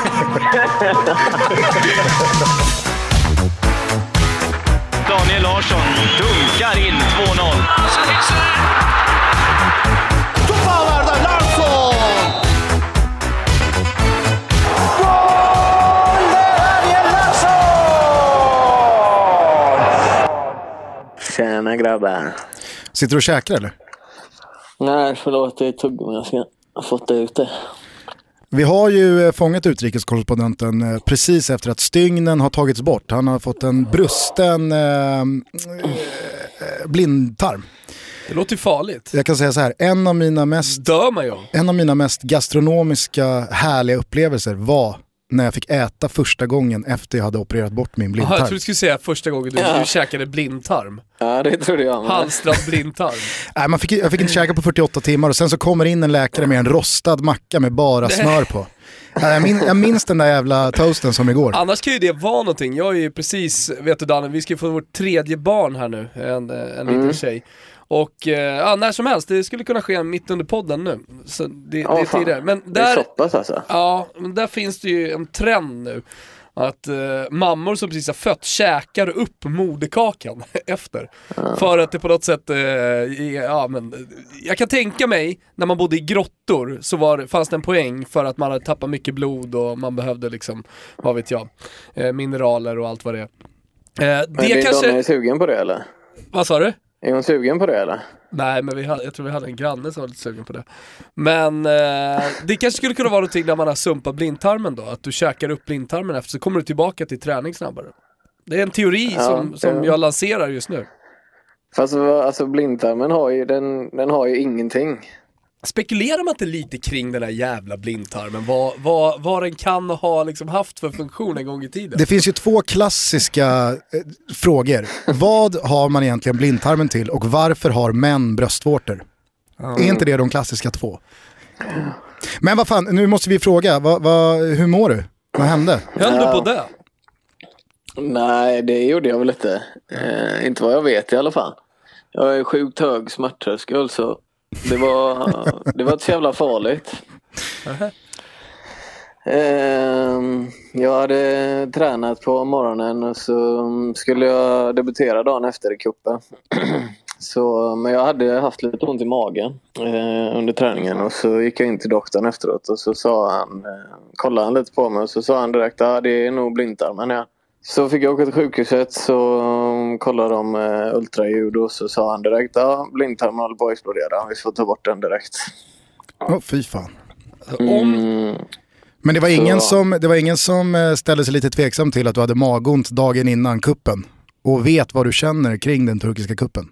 Daniel Larsson dunkar in två noll. Toparlarda Larsson! Gol de Daniel Larsson! Tjena grabbar. Sitter du och käkar eller? Nej, förlåt, det är tuggummi. Jag ska ha fått det ute. Vi har ju fångat utrikeskorrespondenten precis efter att stygnen har tagits bort. Han har fått en brusten eh, blindtarm. Det låter ju farligt. Jag kan säga så här, en av mina mest, Dör man ju. en av mina mest gastronomiska härliga upplevelser var när jag fick äta första gången efter jag hade opererat bort min blindtarm. Aha, jag trodde du skulle säga första gången du, ja. du käkade blindtarm. Ja, det trodde jag. Halstrad blindtarm. Nej, man fick, jag fick inte käka på fyrtioåtta timmar och sen så kommer in en läkare med en rostad macka med bara smör på. Jag minns, jag minns den där jävla toasten som igår. Annars kan ju det vara någonting. Jag är ju precis, vet du Danne, vi ska få vårt tredje barn här nu. En, en liten mm. tjej. Och ja, när som helst, det skulle kunna ske mitt under podden nu. Så det, oh, det är tidigare. Men där, det är soppas alltså. Ja, men där finns det ju en trend nu. Att eh, mammor som precis har fött käkar upp moderkakan efter. Mm. För att det på något sätt, eh, ja men, jag kan tänka mig, när man bodde i grottor så var, fanns det en poäng för att man hade tappat mycket blod och man behövde liksom, vad vet jag, eh, mineraler och allt vad det är. Eh, det men det kanske... är sugen på det eller? Vad sa du? Är hon sugen på det eller? Nej, men vi hade, jag tror vi hade en granne som var lite sugen på det. Men eh, det kanske skulle kunna vara någonting när man har sumpat blindtarmen då. Att du käkar upp blindtarmen efter så kommer du tillbaka till träning snabbare. Det är en teori ja, som, som ja. jag lanserar just nu. Fast alltså blindtarmen har ju, den, den har ju ingenting. Spekulerar man inte lite kring den här jävla blindtarmen? Vad, vad, vad den kan ha liksom haft för funktion en gång i tiden? Det finns ju två klassiska eh, frågor. Vad har man egentligen blindtarmen till och varför har män bröstvårtor? Mm. Är inte det de klassiska två? Men vad fan, nu måste vi fråga. Va, va, hur mår du? Vad hände? Höll du på det? Nej, det gjorde jag väl inte. Eh, inte vad jag vet i alla fall. Jag är sjukt hög smärttröskel så det var, det var ett så jävla farligt. Uh-huh. eh, jag hade tränat på morgonen och så skulle jag debutera dagen efter i kuppen. Så, men jag hade haft lite ont i magen eh, under träningen och så gick jag in till doktorn efteråt och så sa han, eh, kollade han lite på mig och så sa han direkt att ah, det är nog blindtarmen. Ja. Så fick jag åka till sjukhuset så um, kollade de uh, ultraljud och så sa han direkt att ah, blindtarmen håller på att explodera. Vi får ta bort den direkt. Åh, oh, fy fan. Mm. Men det var, ingen så. som, det var ingen som ställde sig lite tveksam till att du hade magont dagen innan kuppen och vet vad du känner kring den turkiska kuppen?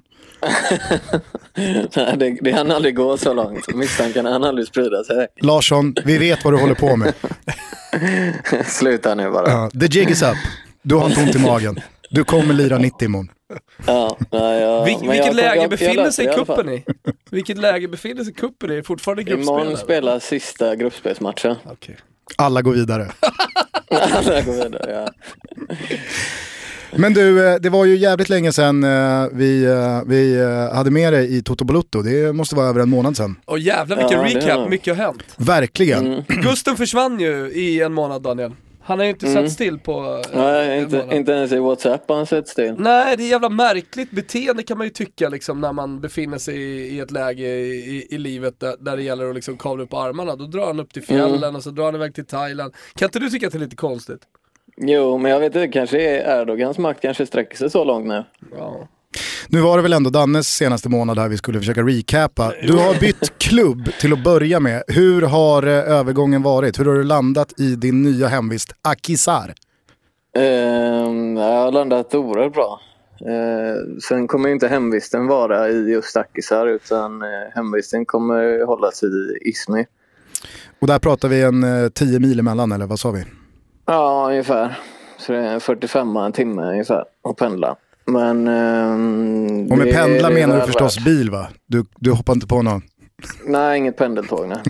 Nej, det, det hann aldrig gå så långt. Misstanken hann aldrig sprida sig. Larsson, vi vet vad du håller på med. Sluta nu bara. Uh, the jig is up. Du har inte ont i magen. Du kommer lira nittio imorgon. Ja, ja, ja. Vil- vilket jag, läge jag, befinner jag sig i kuppen i? Vilket läge befinner sig i kuppen i? Fortfarande gruppspel? Imorgon spelar sista gruppspelsmatchen. Okay. Alla går vidare. Alla går vidare, ja. Men du, det var ju jävligt länge sedan vi, vi hade med dig i Toto Balotto. Det måste vara över en månad sedan. Och jävlar vilken ja, recap, har... mycket har hänt. Verkligen. Mm. Gusten försvann ju i en månad, Daniel. Han har ju inte mm. sett still på... Nej, inte, inte ens i WhatsApp har han sett still. Nej, det är jävla märkligt beteende kan man ju tycka liksom, när man befinner sig i, i ett läge i, i livet där, där det gäller att liksom kavla upp armarna. Då drar han upp till fjällen mm. och så drar han iväg till Thailand. Kan inte du tycka att det är lite konstigt? Jo, men jag vet inte, kanske Erdogans makt kanske sträcker sig så långt nu. Ja. Nu var det väl ändå Dannes senaste månad här vi skulle försöka recapa. Du har bytt klubb till att börja med. Hur har eh, övergången varit? Hur har du landat i din nya hemvist Akhisar? Eh, jag har landat oerhört bra. Eh, sen kommer inte hemvisten vara i just Akhisar, utan eh, hemvisten kommer hållas i Izmir. Och där pratar vi en eh, tio mil emellan, eller vad sa vi? Ja, ungefär. Så det är fyrtiofem en timme ungefär att pendla. Men, eh, och med det, pendla det menar du väl förstås värt. bil, va? Du, du hoppar inte på någon? Nej, inget pendeltåg, nej.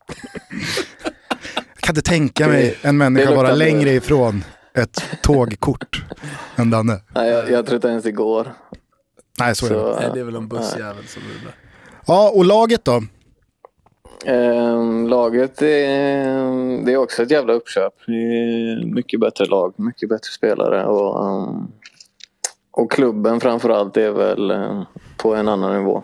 Jag kan inte tänka mig en människa vara längre ifrån ett tågkort än Danne. Nej, jag, jag tror inte ens igår. Nej, så är det. Så, Nej, det är väl en bussjävel som rullar. Ja, och laget då? Eh, laget är, det är också ett jävla uppköp. Det är mycket bättre lag, mycket bättre spelare. Och, um, och klubben framförallt är väl uh, på en annan nivå.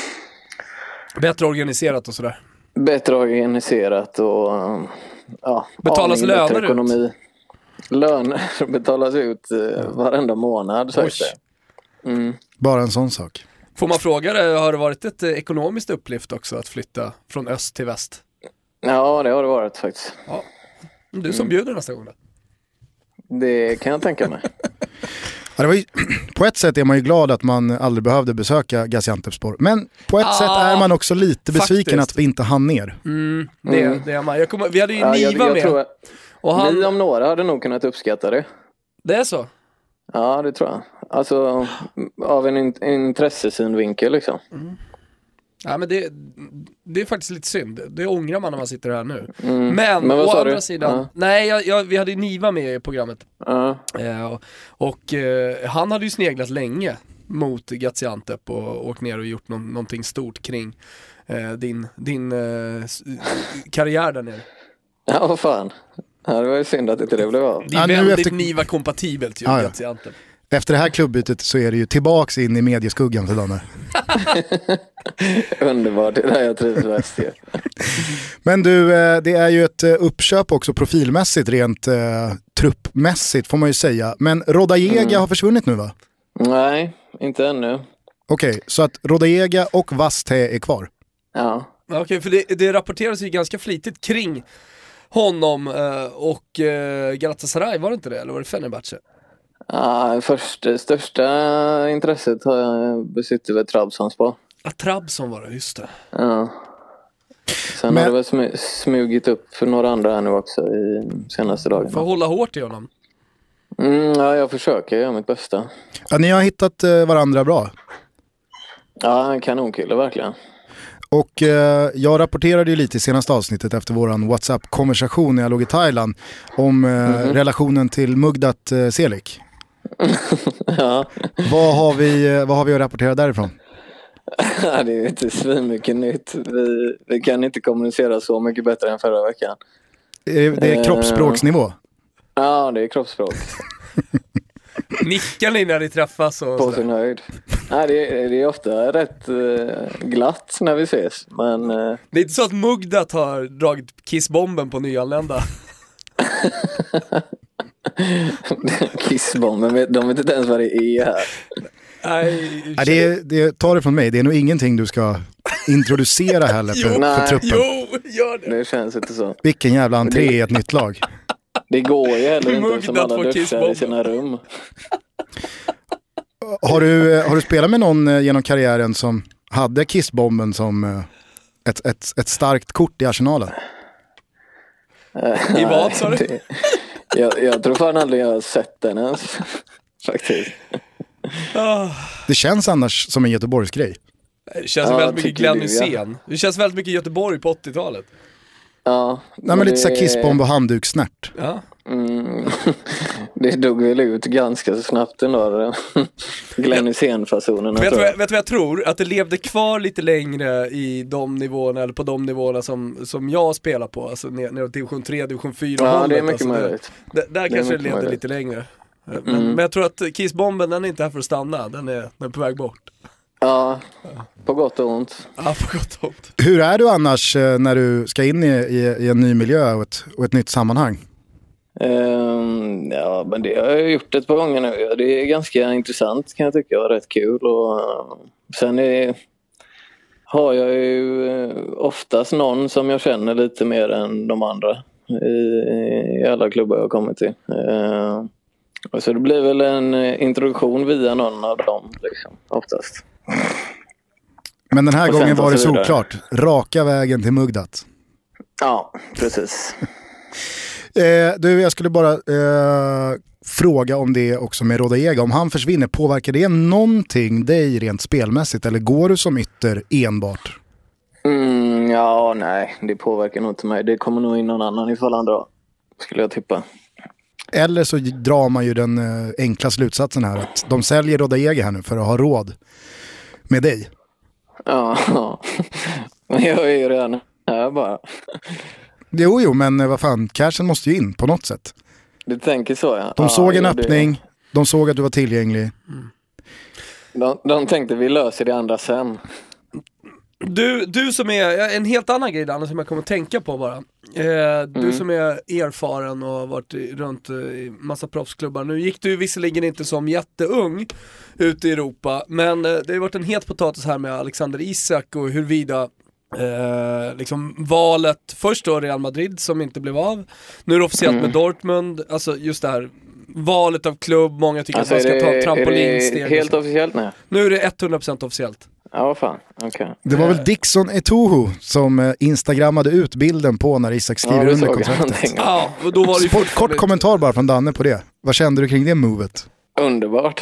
Bättre organiserat och sådär. Bättre organiserat och um, ja, betalas aningen bättre löner ekonomi. ut? Löner betalas ut uh, varenda månad. Så mm. Bara en sån sak. Får man fråga det, har det varit ett eh, ekonomiskt upplyft också att flytta från öst till väst? Ja, det har det varit faktiskt. Ja. Du som bjuder nästa gång då? Det kan jag tänka mig. Ja, det var ju, på ett sätt är man ju glad att man aldrig behövde besöka Gaziantepspor. Men på ett ah, sätt är man också lite besviken faktiskt. att vi inte hann ner. Mm, det, Mm. det är man. Jag kommer, vi hade ju Ja, Niva jag, jag med. tror att Och han, ni om några hade nog kunnat uppskatta det. det är så? Ja, det tror jag. Alltså, av en in- intressesynvinkel liksom. Mm. Ja, men det, det är faktiskt lite synd. Det ångrar man när man sitter här nu. Mm. Men, Men vad å sa andra du? sidan, Ja. nej, jag, jag, vi hade ju Niva med i programmet. Ja. Eh, och och eh, han hade ju sneglat länge mot Gaziantep och åkt ner och gjort någon, någonting stort kring eh, din, din eh, s- karriär där nere. Ja, vad fan. Ja, det var ju synd att inte det blev av. Det är Ja, nu väldigt efter- Niva-kompatibelt ju, Ja, ja. Gaziantep. Efter det här klubbytet så är det ju tillbaks in i medieskuggan för Danne. Underbart, det är där jag trivs bäst ju. Men du, eh, det är ju ett eh, uppköp också profilmässigt, rent eh, truppmässigt får man ju säga. Men Rodallega Mm. har försvunnit nu, va? Nej, inte ännu. Okej, så att Rodallega och Vasthä är kvar. Ja. Ja, okej, för det, det rapporteras ju ganska flitigt kring honom eh, och eh, Galatasaray, var det inte det? Eller var det Fenerbahce? Ja, först, största intresset har jag besitter väl Trabzonspor. Ah, Trabzon var det, just det. Ja. Sen Men- har det väl sm- smugit upp för några andra här nu också i senaste dagarna. Får hålla hårt i honom. Mm, ja, jag försöker göra mitt bästa. Ja, ni har hittat eh, varandra bra. Ja, en kanonkille verkligen. Och eh, jag rapporterade ju lite i senaste avsnittet efter våran WhatsApp-konversation när jag låg i Thailand om eh, Mhm. relationen till Mugdat eh, Selik. Ja, Vad har, vi, eh, vad har vi att rapportera därifrån? det är ju inte svin mycket nytt. Vi, vi kan inte kommunicera så mycket bättre än förra veckan. Det är, det är Eh. kroppsspråksnivå. Ja, det är kroppsspråk. Nickar ni när ni träffas och På sådär? sin höjd. Nej, det, är, det är ofta rätt eh, glatt när vi ses. Men eh, Det är inte så att Mugdat har dragit kissbomben på nyanlända. kissbomben, vet- de vet inte ens vad det är här. Nej, Ja, det, är- det tar det från mig, det är nog ingenting du ska introducera heller för, Jo, för nej. truppen. Jo, gör det! Det känns inte så. Vilken jävla entré i ett nytt lag. Det går ju heller inte Muggnat som alla på duschar i kissbomben. sina rum. Har du, har du spelat med någon eh, genom karriären som hade kissbomben som eh, ett, ett, ett starkt kort i arsenalen? I vad, sa du? Det- jag, jag tror fan aldrig jag har sett den ens. Faktiskt. Ah, Det känns annars som en Göteborgsgrej. det känns Ja, väldigt mycket tycker Glenn du, ja. Hysén. Det känns väldigt mycket Göteborg på åttiotalet. Ja, Nej, men lite så här det- kissbomb och handdukssnärt. Ja. Mm, det dog väl ut ganska så snabbt ändå. Glenn Hysén-fasonerna. Vet du tror vad jag. jag- vet du vad jag tror? Att det levde kvar lite längre i de nivåerna, eller på de nivåerna som, som jag spelar på. Alltså ner, ner till division tre, division fyra Ja, hållet, det är mycket alltså, möjligt. Där, där är kanske det mycket levde möjligt. lite längre. Men, Mm. men jag tror att kissbomben, den är inte här för att stanna. Den är, den är på väg bort. Ja, på gott och ont. Ja, på gott och ont. Hur är du annars eh, när du ska in i, i, i en ny miljö och ett, och ett nytt sammanhang? Um, ja, men det har jag gjort ett par gånger nu. Det är ganska intressant kan jag tycka och rätt kul. Och, uh, sen är, har jag ju uh, oftast någon som jag känner lite mer än de andra i, i alla klubbar jag har kommit till. Uh, och så det blir väl en introduktion via någon av dem liksom, oftast. Men den här gången var det såklart. Raka vägen till Mugdat. Ja, precis. eh, du, jag skulle bara eh, fråga om det också med Rodallega. Om han försvinner, påverkar det någonting dig rent spelmässigt? Eller går du som ytter enbart? Mm, ja, nej. Det påverkar nog inte mig. Det kommer nog in någon annan ifall han drar. Skulle jag tippa. Eller så drar man ju den eh, enkla slutsatsen här. Att de säljer Rodallega här nu för att ha råd med dig. Ja, ja. Men jag är ju redan här bara. Jo, jo, men vad fan, cashen måste ju in på något sätt. Du tänker så, ja. De ja, såg en ja, öppning, det... de såg att du var tillgänglig. Mm. De, de tänkte vi löser det andra sen. Du, du som är, en helt annan grej Danne som jag kommer att tänka på bara. Eh, du mm. som är erfaren och har varit runt i massa proffsklubbar. Nu gick du visserligen inte som jätteung ute i Europa, men det har varit en het potatis här med Alexander Isak och huruvida eh, liksom valet, först då Real Madrid som inte blev av, nu är det officiellt mm. med Dortmund, alltså just det här valet av klubb, många tycker alltså att man ska det, ta trampolinsteg. Är det helt officiellt nu? Nu är det hundra procent officiellt. Ja, fan. Okay. Det var väl Dixon Eto'o som instagrammade ut bilden på när Isak skriver ja, under kontraktet. Ja, och då var det kort, kort kommentar bara från Danne på det. Vad kände du kring det movet? Underbart.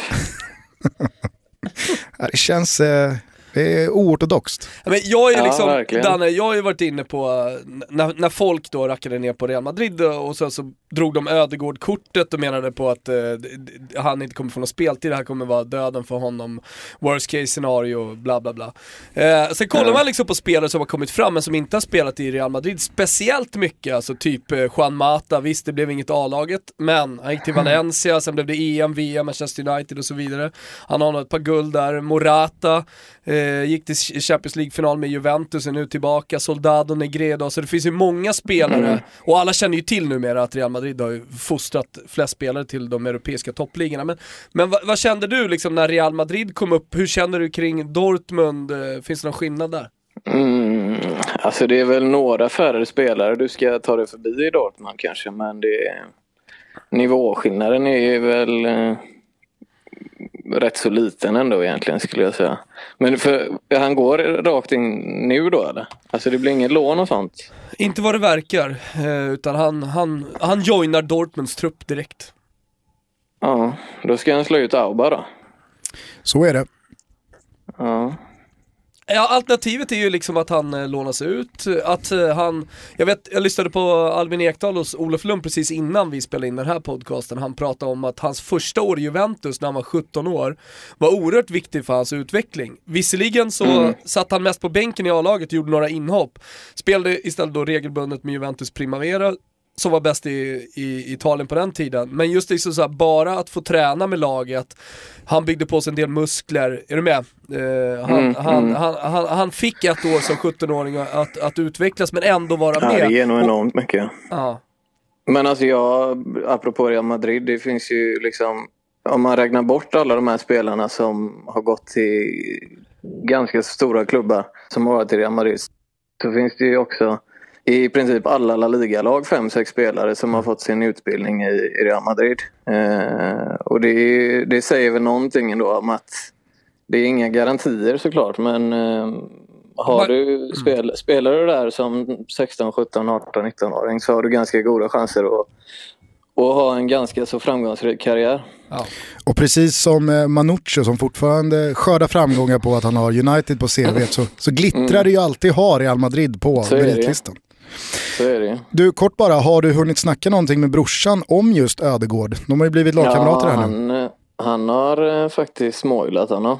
Det känns eh, det är oortodoxt. Men jag är liksom, ja, Danne, jag har ju varit inne på när, när folk då rackade ner på Real Madrid och så, så drog de Ödegård-kortet och menade på att eh, han inte kommer få någon speltid, det här kommer vara döden för honom, worst case scenario, bla bla bla. Eh, sen kollar mm. man liksom på spelare som har kommit fram men som inte har spelat i Real Madrid speciellt mycket, alltså typ eh, Juan Mata, visst det blev inget A-laget, men han gick till Valencia, sen blev det E M, V M, Manchester United och så vidare. Han har ett par guld där, Morata eh, gick till Champions League-final med Juventus, är nu tillbaka, Soldado, Negredo, så det finns ju många spelare, mm. och alla känner ju till numera att Real Madrid har ju fostrat flest spelare till de europeiska toppligorna. Men, men vad, vad kände du liksom när Real Madrid kom upp? Hur känner du kring Dortmund? Finns det någon skillnad där? Mm, alltså det är väl några färre spelare du ska ta dig förbi i Dortmund kanske, men det är, nivåskillnaden är väl eh, rätt så liten ändå egentligen skulle jag säga. Men för, han går rakt in nu då eller? Alltså det blir ingen lån och sånt? Inte vad det verkar, utan han, han, han joinar Dortmunds trupp direkt. Ja, då ska han slå ut Auba då. Så är det. Ja. Ja, alternativet är ju liksom att han eh, lånas ut, att eh, han, jag vet, jag lyssnade på Albin Ekdal hos Olof Lund precis innan vi spelade in den här podcasten. Han pratade om att hans första år i Juventus när han var sjutton år var oerhört viktig för hans utveckling. Visserligen så mm. satt han mest på bänken i A-laget och gjorde några inhopp. Spelade istället då regelbundet med Juventus Primavera som var bäst i, i Italien på den tiden. Men just det så här, bara att få träna med laget, han byggde på sig en del muskler, är du med? Uh, han, mm, han, mm. Han, han, han fick ett år som sjutton-åring att, att utvecklas men ändå vara ja, med. Det ger nog enormt mycket. Ja. Men alltså jag, apropå Real Madrid, det finns ju liksom, om man räknar bort alla de här spelarna som har gått till ganska stora klubbar som har varit i Real Madrid, så finns det ju också i princip alla La Liga-lag fem sex spelare som har fått sin utbildning i, i Real Madrid. Eh, och det, det säger väl någonting ändå om att det är inga garantier såklart, men eh, har du spel, spelar du där som sexton, sjutton, arton, nitton-åring så har du ganska goda chanser att, att ha en ganska så framgångsrik karriär. Ja. Och precis som eh, Manucci som fortfarande skördar framgångar på att han har United på C V så, så glittrar mm. det ju alltid ha Real Madrid på meritlistan. Så är det. Du, kort bara, har du hunnit snacka någonting med brorsan om just Ödegård? De har ju blivit lagkamrater ja, här nu. Han, han har eh, faktiskt småhyllat honom.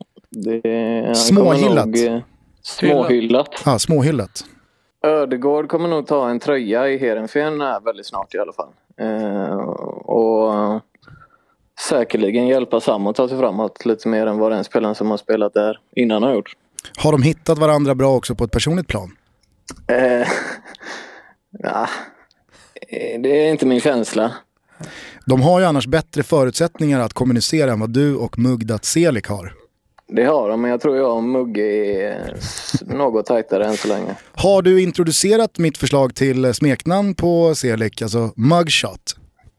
Det, småhyllat? Nog, eh, småhyllat. Ja, småhyllat. Ödegård kommer nog ta en tröja i Heerenveen väldigt snart i alla fall. Eh, och säkerligen hjälpa Sam att ta sig framåt lite mer än vad den spelaren som har spelat där innan har gjort. Har de hittat varandra bra också på ett personligt plan? Eh, ja, det är inte min känsla. De har ju annars bättre förutsättningar att kommunicera än vad du och Mugdat Selik har. Det har de, men jag tror jag och Mugge är något tajtare än så länge. Har du introducerat mitt förslag till smeknamn på Selik, alltså Mugshot?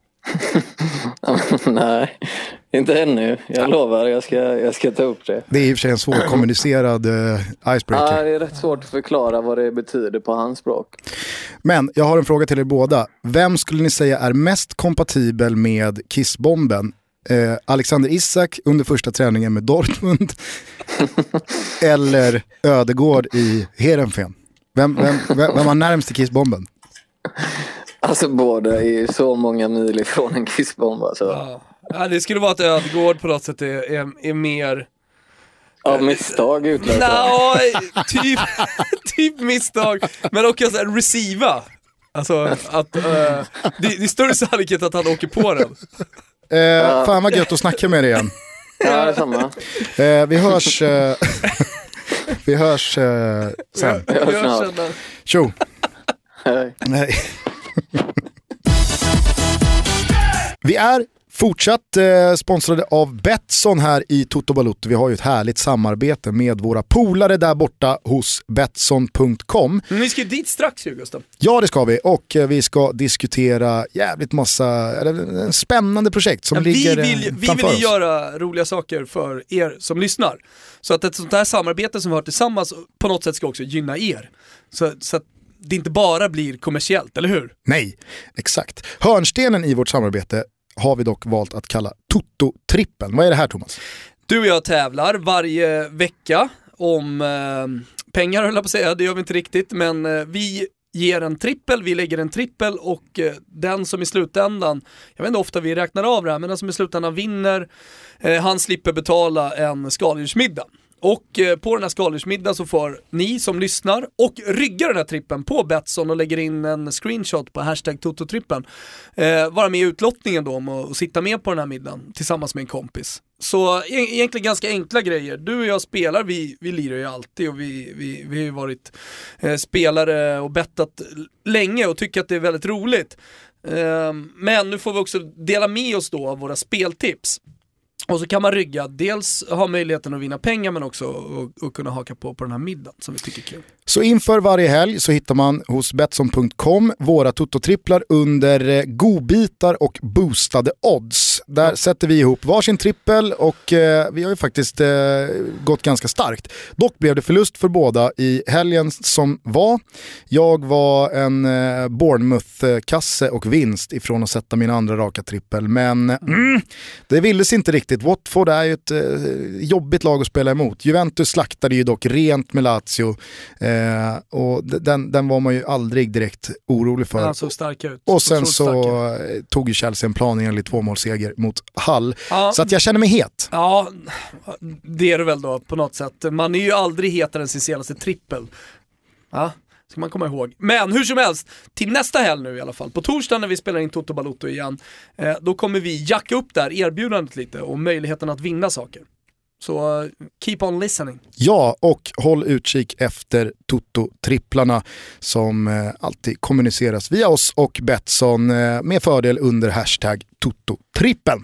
Nej, inte ännu. Jag lovar, jag ska, jag ska ta upp det. Det är i och för sig en svårkommunicerad uh, icebreaker. Ja, det är rätt svårt att förklara vad det betyder på hans språk. Men jag har en fråga till er båda. Vem skulle ni säga är mest kompatibel med Kissbomben? Eh, Alexander Isak under första träningen med Dortmund eller Ödegård i Heerenveen? Vem, vem, vem, vem var närmst till Kissbomben? Alltså båda är så många mil ifrån en kissbomb. Alltså. Ja. Ja, det skulle vara att Ödegård på något sätt är, är, är mer... Av misstag utlöst. Nej, typ, typ misstag. Men också så här, receiva. Alltså att uh, det, det är större sannolikhet att han åker på den. Eh, ja. Fan vad gött att snacka med dig igen. Ja, det är samma. Eh, vi hörs... Eh, vi hörs eh, sen. Vi hörs snart. Tjo. Hej. Nej. Vi är fortsatt eh, sponsrade av Betsson här i Toto Balotto. Vi har ju ett härligt samarbete med våra polare där borta hos Betsson punkt com. Men vi ska ju dit strax ju, Gustav. Ja, det ska vi. Och eh, vi ska diskutera jävligt massa, eller, en spännande projekt som ja, ligger vi vill, vi vill oss. göra roliga saker för er som lyssnar. Så att ett sånt här samarbete som vi har tillsammans på något sätt ska också gynna er. Så, så att det inte bara blir kommersiellt, eller hur? Nej, exakt. Hörnstenen i vårt samarbete har vi dock valt att kalla Toto-trippen. Vad är det här, Thomas? Du och jag tävlar varje vecka om eh, pengar, höll jag på att säga. Det gör vi inte riktigt, men eh, vi ger en trippel, vi lägger en trippel och eh, den som i slutändan, jag vet inte ofta vi räknar av det här, men den som i slutändan vinner, eh, han slipper betala en skaldjursmiddag. Och eh, på den här skaldjursmiddagen så får ni som lyssnar och ryggar den här trippen på Betsson och lägger in en screenshot på hashtag Tototrippen eh, vara med i utlottningen då om att sitta med på den här middagen tillsammans med en kompis. Så e- egentligen ganska enkla grejer. Du och jag spelar, vi, vi lirar ju alltid och vi, vi, vi har ju varit eh, spelare och bettat länge och tycker att det är väldigt roligt. Eh, men nu får vi också dela med oss då av våra speltips. Och så kan man rygga, dels ha möjligheten att vinna pengar men också att, att kunna haka på på den här middagen som vi tycker är kul. Så inför varje helg så hittar man hos Betsson punkt com våra Toto-tripplar under godbitar och boostade odds. Där ja. sätter vi ihop varsin trippel och eh, vi har ju faktiskt eh, gått ganska starkt. Dock blev det förlust för båda i helgen som var. Jag var en eh, Bournemouth-kasse och vinst ifrån att sätta min andra raka trippel. Men mm, det ville sig inte riktigt. Watford är ju ett eh, jobbigt lag att spela emot. Juventus slaktade ju dock rent med Lazio. Eh, och den, den var man ju aldrig direkt orolig för. Han såg stark ut. Och sen så tog ju Chelsea en planenlig tvåmålsseger mot Hull. Ja. Så att jag känner mig het. Ja, det är det väl då på något sätt. Man är ju aldrig hetare än sin senaste trippel. Ja, ska man komma ihåg. Men hur som helst, till nästa helg nu i alla fall. På torsdag när vi spelar in Toto Balotto igen, eh, då kommer vi jacka upp där erbjudandet lite och möjligheten att vinna saker. Så uh, keep on listening. Ja, och håll utkik efter Toto-tripplarna som eh, alltid kommuniceras via oss och Betsson eh, med fördel under hashtag Toto-trippen.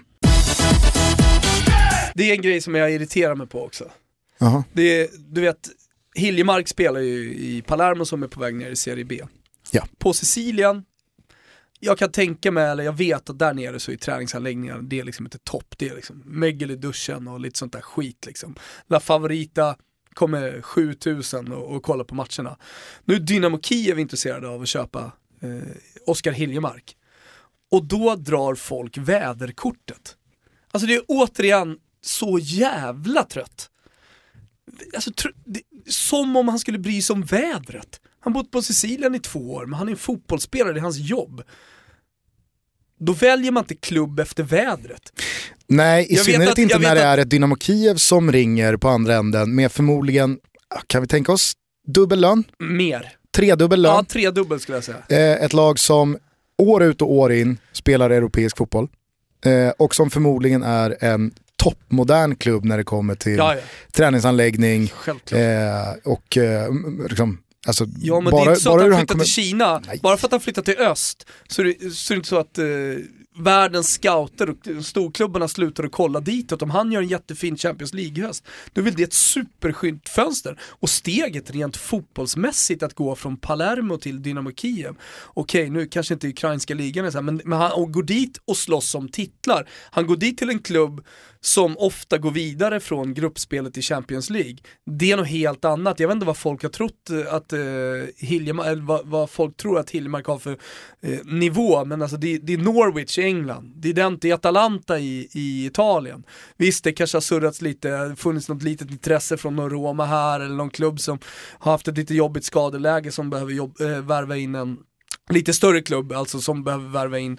Det är en grej som jag irriterar mig på också. Uh-huh. Det är, du vet, Hiljemark spelar ju i Palermo som är på väg ner i Serie B. Ja. På Sicilien, jag kan tänka mig, eller jag vet att där nere så är träningsanläggningar, det är liksom inte topp, det är liksom mögel i duschen och lite sånt där skit liksom. La Favorita kommer sjutusen och, och kollar på matcherna. Nu är Dynamo Kiev intresserade av att köpa eh, Oskar Hiljemark. Och då drar folk väderkortet. Alltså det är återigen så jävla trött. Alltså, tr- det, som om han skulle bry sig om vädret. Han bott på Sicilien i två år, men han är en fotbollsspelare, det är hans jobb. Då väljer man inte klubb efter vädret. Nej, i jag synnerhet att, inte när att... det är ett Dynamo Kiev som ringer på andra änden med förmodligen, kan vi tänka oss, dubbellön? Mer. Tredubbel lön. Ja, tredubbel skulle jag säga. Eh, ett lag som år ut och år in spelar europeisk fotboll. Eh, och som förmodligen är en toppmodern klubb när det kommer till ja, ja. träningsanläggning eh, och eh, liksom Alltså, ja, men bara, det är inte så bara att han han flyttar kommer... till Kina. Nej. Bara för att han flyttar till öst så är det, så är det inte så att eh, världens scouter och storklubbarna slutar att kolla ditåt. Om han gör en jättefin Champions League-höst, då vill det ett superskynt fönster. Och steget rent fotbollsmässigt att gå från Palermo till Dynamo Kiev. Okej, nu kanske inte ukrainska ligan är så här, men, men han går dit och slåss om titlar. Han går dit till en klubb som ofta går vidare från gruppspelet i Champions League. Det är något helt annat. Jag vet inte vad folk har trott att eh, Hiljemark, eller vad, vad folk tror att Hiljemark har för eh, nivå, men alltså det, det är Norwich i England. Det är den till Atalanta i, i Italien. Visst, det kanske har surrats lite, funnits något litet intresse från någon Roma här eller någon klubb som har haft ett lite jobbigt skadeläge som behöver jobb, eh, värva in en lite större klubb, alltså som behöver värva in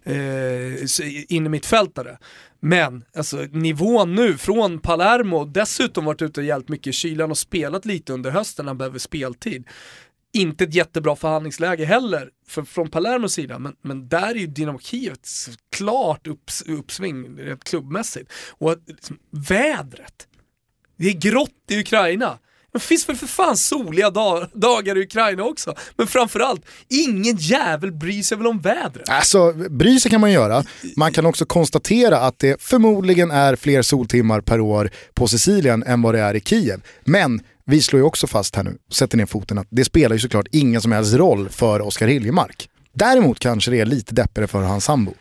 eh, in i mittfältare. Men alltså nivån nu från Palermo, dessutom varit ute och hjälpt mycket i kylan och spelat lite under hösten, han behöver speltid. Inte ett jättebra förhandlingsläge heller för, från Palermos sida, men, men där är ju Dynamo Kiev ett klart upps, uppsving rent klubbmässigt. Och liksom, vädret, det är grått i Ukraina. Det finns väl för fan soliga dag- dagar i Ukraina också. Men framförallt, ingen jävel bryr sig väl om vädret. Alltså, bry sig kan man göra. Man kan också konstatera att det förmodligen är fler soltimmar per år på Sicilien än vad det är i Kiev. Men vi slår ju också fast här nu, sätter ner foten, att det spelar ju såklart ingen som helst roll för Oskar Hiljemark. Däremot kanske det är lite deppigare för hans sambo.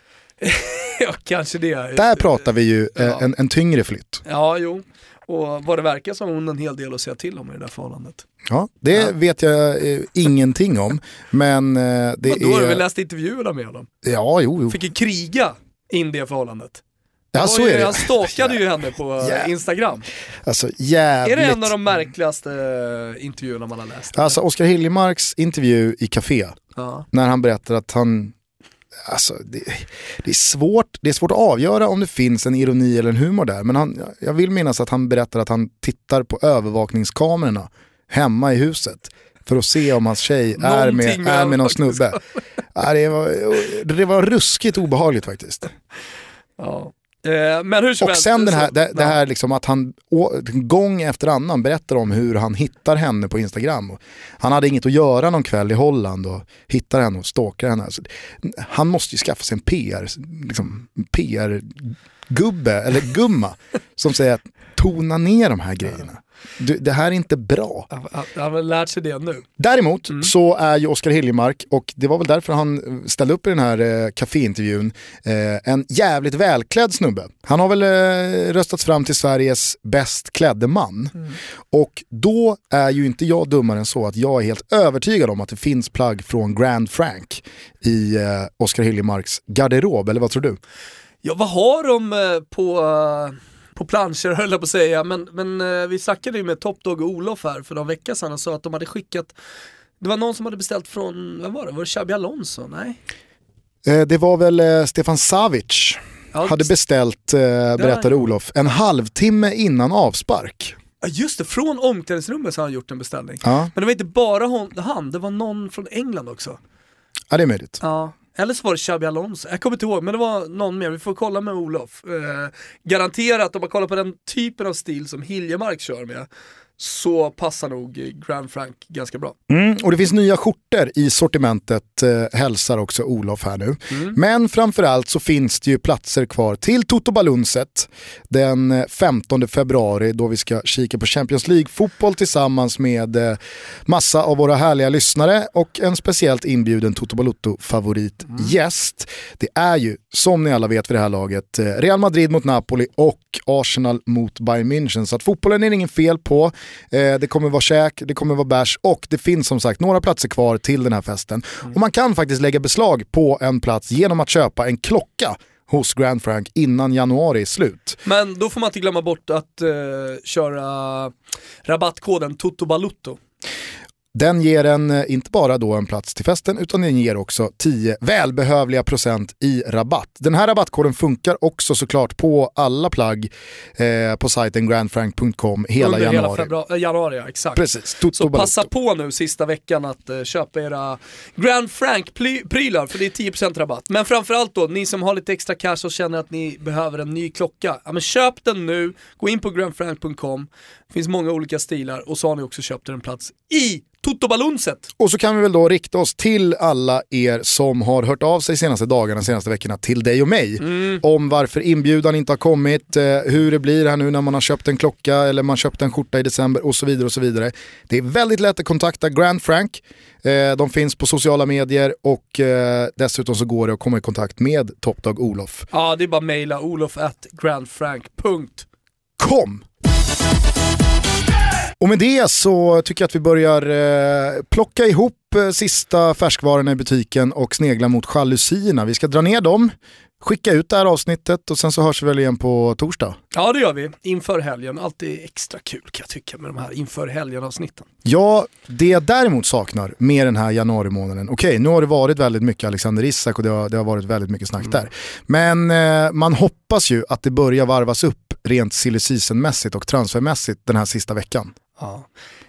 Ja, kanske det. Där pratar vi ju Ja. en, en tyngre flytt. Ja, jo. Och vad det verkar som hon en hel del att säga till om i det där förhållandet. Ja, det Ja. vet jag eh, ingenting om. Men eh, det Och då har är... du väl läst intervjuerna med honom? Ja, jo, jo. Fick ju kriga in det förhållandet. Ja, Det så var ju, är det. Han stalkade ju henne på Ja. Instagram. Alltså, jävligt... Är det en av de märkligaste eh, intervjuerna man har läst? Alltså, Oskar Hiljemarks intervju i Café, Ja. när han berättar att han... Alltså, det, det, är svårt, det är svårt att avgöra om det finns en ironi eller en humor där. Men han, jag vill minnas att han berättar att han tittar på övervakningskamerorna hemma i huset för att se om hans tjej är Någonting med, med är med någon snubbe. Ja, det, var, det var ruskigt obehagligt faktiskt. Ja. Eh, men hur som Och helst, sen den här, så- det, det ja. här liksom att han å, gång efter annan berättar om hur han hittar henne på Instagram. Och han hade inget att göra någon kväll i Holland och hittar henne och stalkar henne. Alltså, han måste ju skaffa sig en P R, liksom, P R-gubbe eller gumma som säger att tona ner de här grejerna. Du, det här är inte bra. Han- han- Han har väl lärt sig det nu. Däremot Mm. så är ju Oskar Hiljemark, och det var väl därför han ställde upp i den här eh, kaféintervjun, eh, en jävligt välklädd snubbe. Han har väl eh, röstats fram till Sveriges bäst klädde man. Mm. Och då är ju inte jag dummare än så att jag är helt övertygad om att det finns plagg från Grand Frank i eh, Oskar Hiljemarks garderob, eller vad tror du? Ja, vad har de eh, på, eh, på planscher höll jag på att säga, men, men eh, vi snackade ju med Top Dog och Olof här för några veckor sedan och sa att de hade skickat, det var någon som hade beställt från, vad var det, var det Xabi Alonso? Nej? Eh, det var väl eh, Stefan Savic Ja, hade beställt, eh, berättade Olof, en halvtimme innan avspark. Ja, just det, från omklädningsrummet så har han gjort en beställning. Ja, Men det var inte bara hon, han, det var någon från England också. ja det är möjligt. Ja. Eller så var det Xabi Alonso, jag kommer inte ihåg, men det var någon mer, vi får kolla med Olof. Eh, garanterat, om man kollar på den typen av stil som Hiljemark kör med, så passar nog Grand Frank ganska bra. Mm, och det finns nya skjortor i sortimentet, eh, hälsar också Olof här nu. Mm. Men framförallt så finns det ju platser kvar till Toto Balunset den femtonde februari, då vi ska kika på Champions League-fotboll tillsammans med eh, massa av våra härliga lyssnare och en speciellt inbjuden Toto Balutto-favoritgäst. Det är ju, som ni alla vet vid det här laget, eh, Real Madrid mot Napoli och Arsenal mot Bayern München. Så att fotbollen är det ingen fel på. Eh, det kommer vara käk, det kommer vara bärs och det finns som sagt några platser kvar till den här festen. Mm. Och man kan faktiskt lägga beslag på en plats genom att köpa en klocka hos Grand Frank innan januari är slut. Men då får man inte glömma bort att eh, köra rabattkoden TOTOBALUTTO. Den ger en, eh, inte bara då en plats till festen, utan den ger också tio välbehövliga procent i rabatt. Den här rabattkoden funkar också såklart på alla plagg eh, på sajten grand frank punkt com hela Under januari. hela februari, äh, januari, ja, exakt. Precis, Toto Så Balutto. passa på nu sista veckan att uh, köpa era Grand Frank-prylar, för det är tio procent rabatt. Men framförallt då, ni som har lite extra cash och känner att ni behöver en ny klocka, ja, men köp den nu, gå in på grand frank punkt com, Det finns många olika stilar och så har ni också köpt en plats i Toto Balunset. Och så kan vi väl då rikta oss till alla er som har hört av sig senaste dagarna, senaste veckorna till dig och mig. Mm. Om varför inbjudan inte har kommit, hur det blir här nu när man har köpt en klocka eller man köpt en skjorta i december och så vidare och så vidare. Det är väldigt lätt att kontakta Grand Frank. De finns på sociala medier och dessutom så går det att komma i kontakt med Top Dog Olof. Ja, det är bara mejla olof at grandfrank punkt com. Och med det så tycker jag att vi börjar eh, plocka ihop eh, sista färskvarorna i butiken och snegla mot jalusierna. Vi ska dra ner dem, skicka ut det här avsnittet och sen så hörs vi väl igen på torsdag. Ja, det gör vi. Inför helgen. Alltid extra kul kan jag tycka med de här inför helgen-avsnitten. Ja, det jag däremot saknar med den här januari månaden. Okej, nu har det varit väldigt mycket Alexander Isak och det har, det har varit väldigt mycket snack mm. där. Men eh, man hoppas ju att det börjar varvas upp rent silly season-mässigt och transfermässigt den här sista veckan. Ja.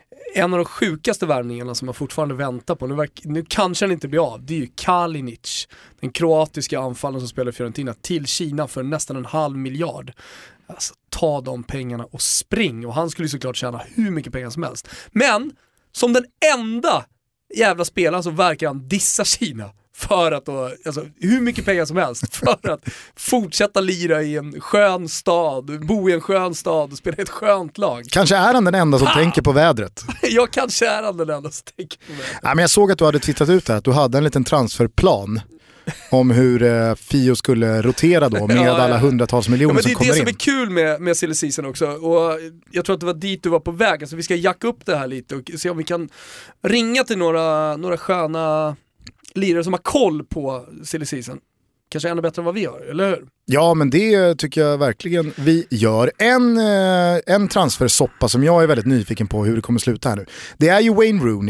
En av de sjukaste värvningarna som man fortfarande väntar på, nu, verk, nu kanske den inte blir av, det är ju Kalinic, den kroatiska anfallaren som spelar i Fiorentina, till Kina för nästan en halv miljard. Alltså, ta de pengarna och spring. Och han skulle såklart tjäna hur mycket pengar som helst. Men som den enda jävla spelaren så verkar han dissa Kina för att då, alltså, hur mycket pengar som helst för att fortsätta lira i en skön stad, bo i en skön stad och spela i ett skönt lag. Kanske är han den enda som ha! tänker på vädret. Jag kanske är han den enda som tänker på vädret. Ja, men jag såg att du hade twittrat ut här att du hade en liten transferplan om hur eh, Fio skulle rotera då med ja, ja. alla hundratals miljoner ja, som kommer in. Det är det som är kul med, med silly season också, och jag tror att det var dit du var på väg. Alltså, vi ska jacka upp det här lite och se om vi kan ringa till några, några sköna lirare som har koll på silly season. Kanske ännu bättre än vad vi gör, eller hur? Ja, men det tycker jag verkligen vi gör. En, eh, en transfersoppa som jag är väldigt nyfiken på hur det kommer sluta här nu. Det är ju Wayne Rooney.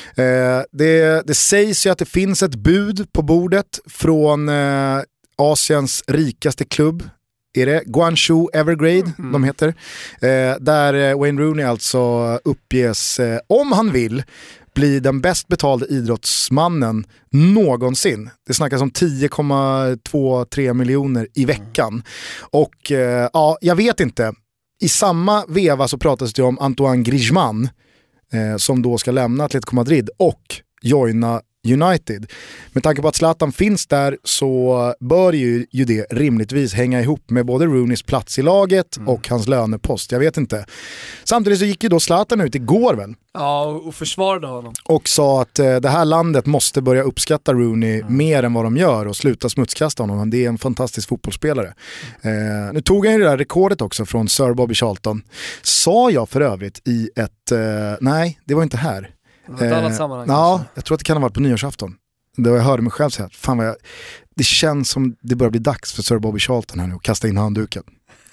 Eh, det, det sägs ju att det finns ett bud på bordet från eh, Asiens rikaste klubb. Är det Guangzhou Evergrande mm. de heter? Eh, där Wayne Rooney alltså uppges, eh, om han vill, bli den bäst betalde idrottsmannen någonsin. Det snackas om tio komma tvåtiotre miljoner i veckan. Och eh, ja, jag vet inte. I samma veva så pratas det om Antoine Griezmann eh, som då ska lämna Atletico Madrid och joina United. Med tanke på att Zlatan finns där så bör ju, ju det rimligtvis hänga ihop med både Rooneys plats i laget mm. och hans lönepost. Jag vet inte. Samtidigt så gick ju då Zlatan ut igår väl? Ja, och försvarade honom. Och sa att eh, det här landet måste börja uppskatta Rooney mm. mer än vad de gör och sluta smutskasta honom. Det är en fantastisk fotbollsspelare. Mm. Eh, nu tog han ju det där rekordet också från Sir Bobby Charlton. Sa jag för övrigt i ett... Eh, nej, det var inte här. Ett eh, annat sammanhang. Ja, kanske. Jag tror att det kan ha varit på nyårsafton. Då jag hörde mig själv säga att fan vad jag, det känns som det börjar bli dags för Sir Bobby Charlton här nu och kasta in handduken.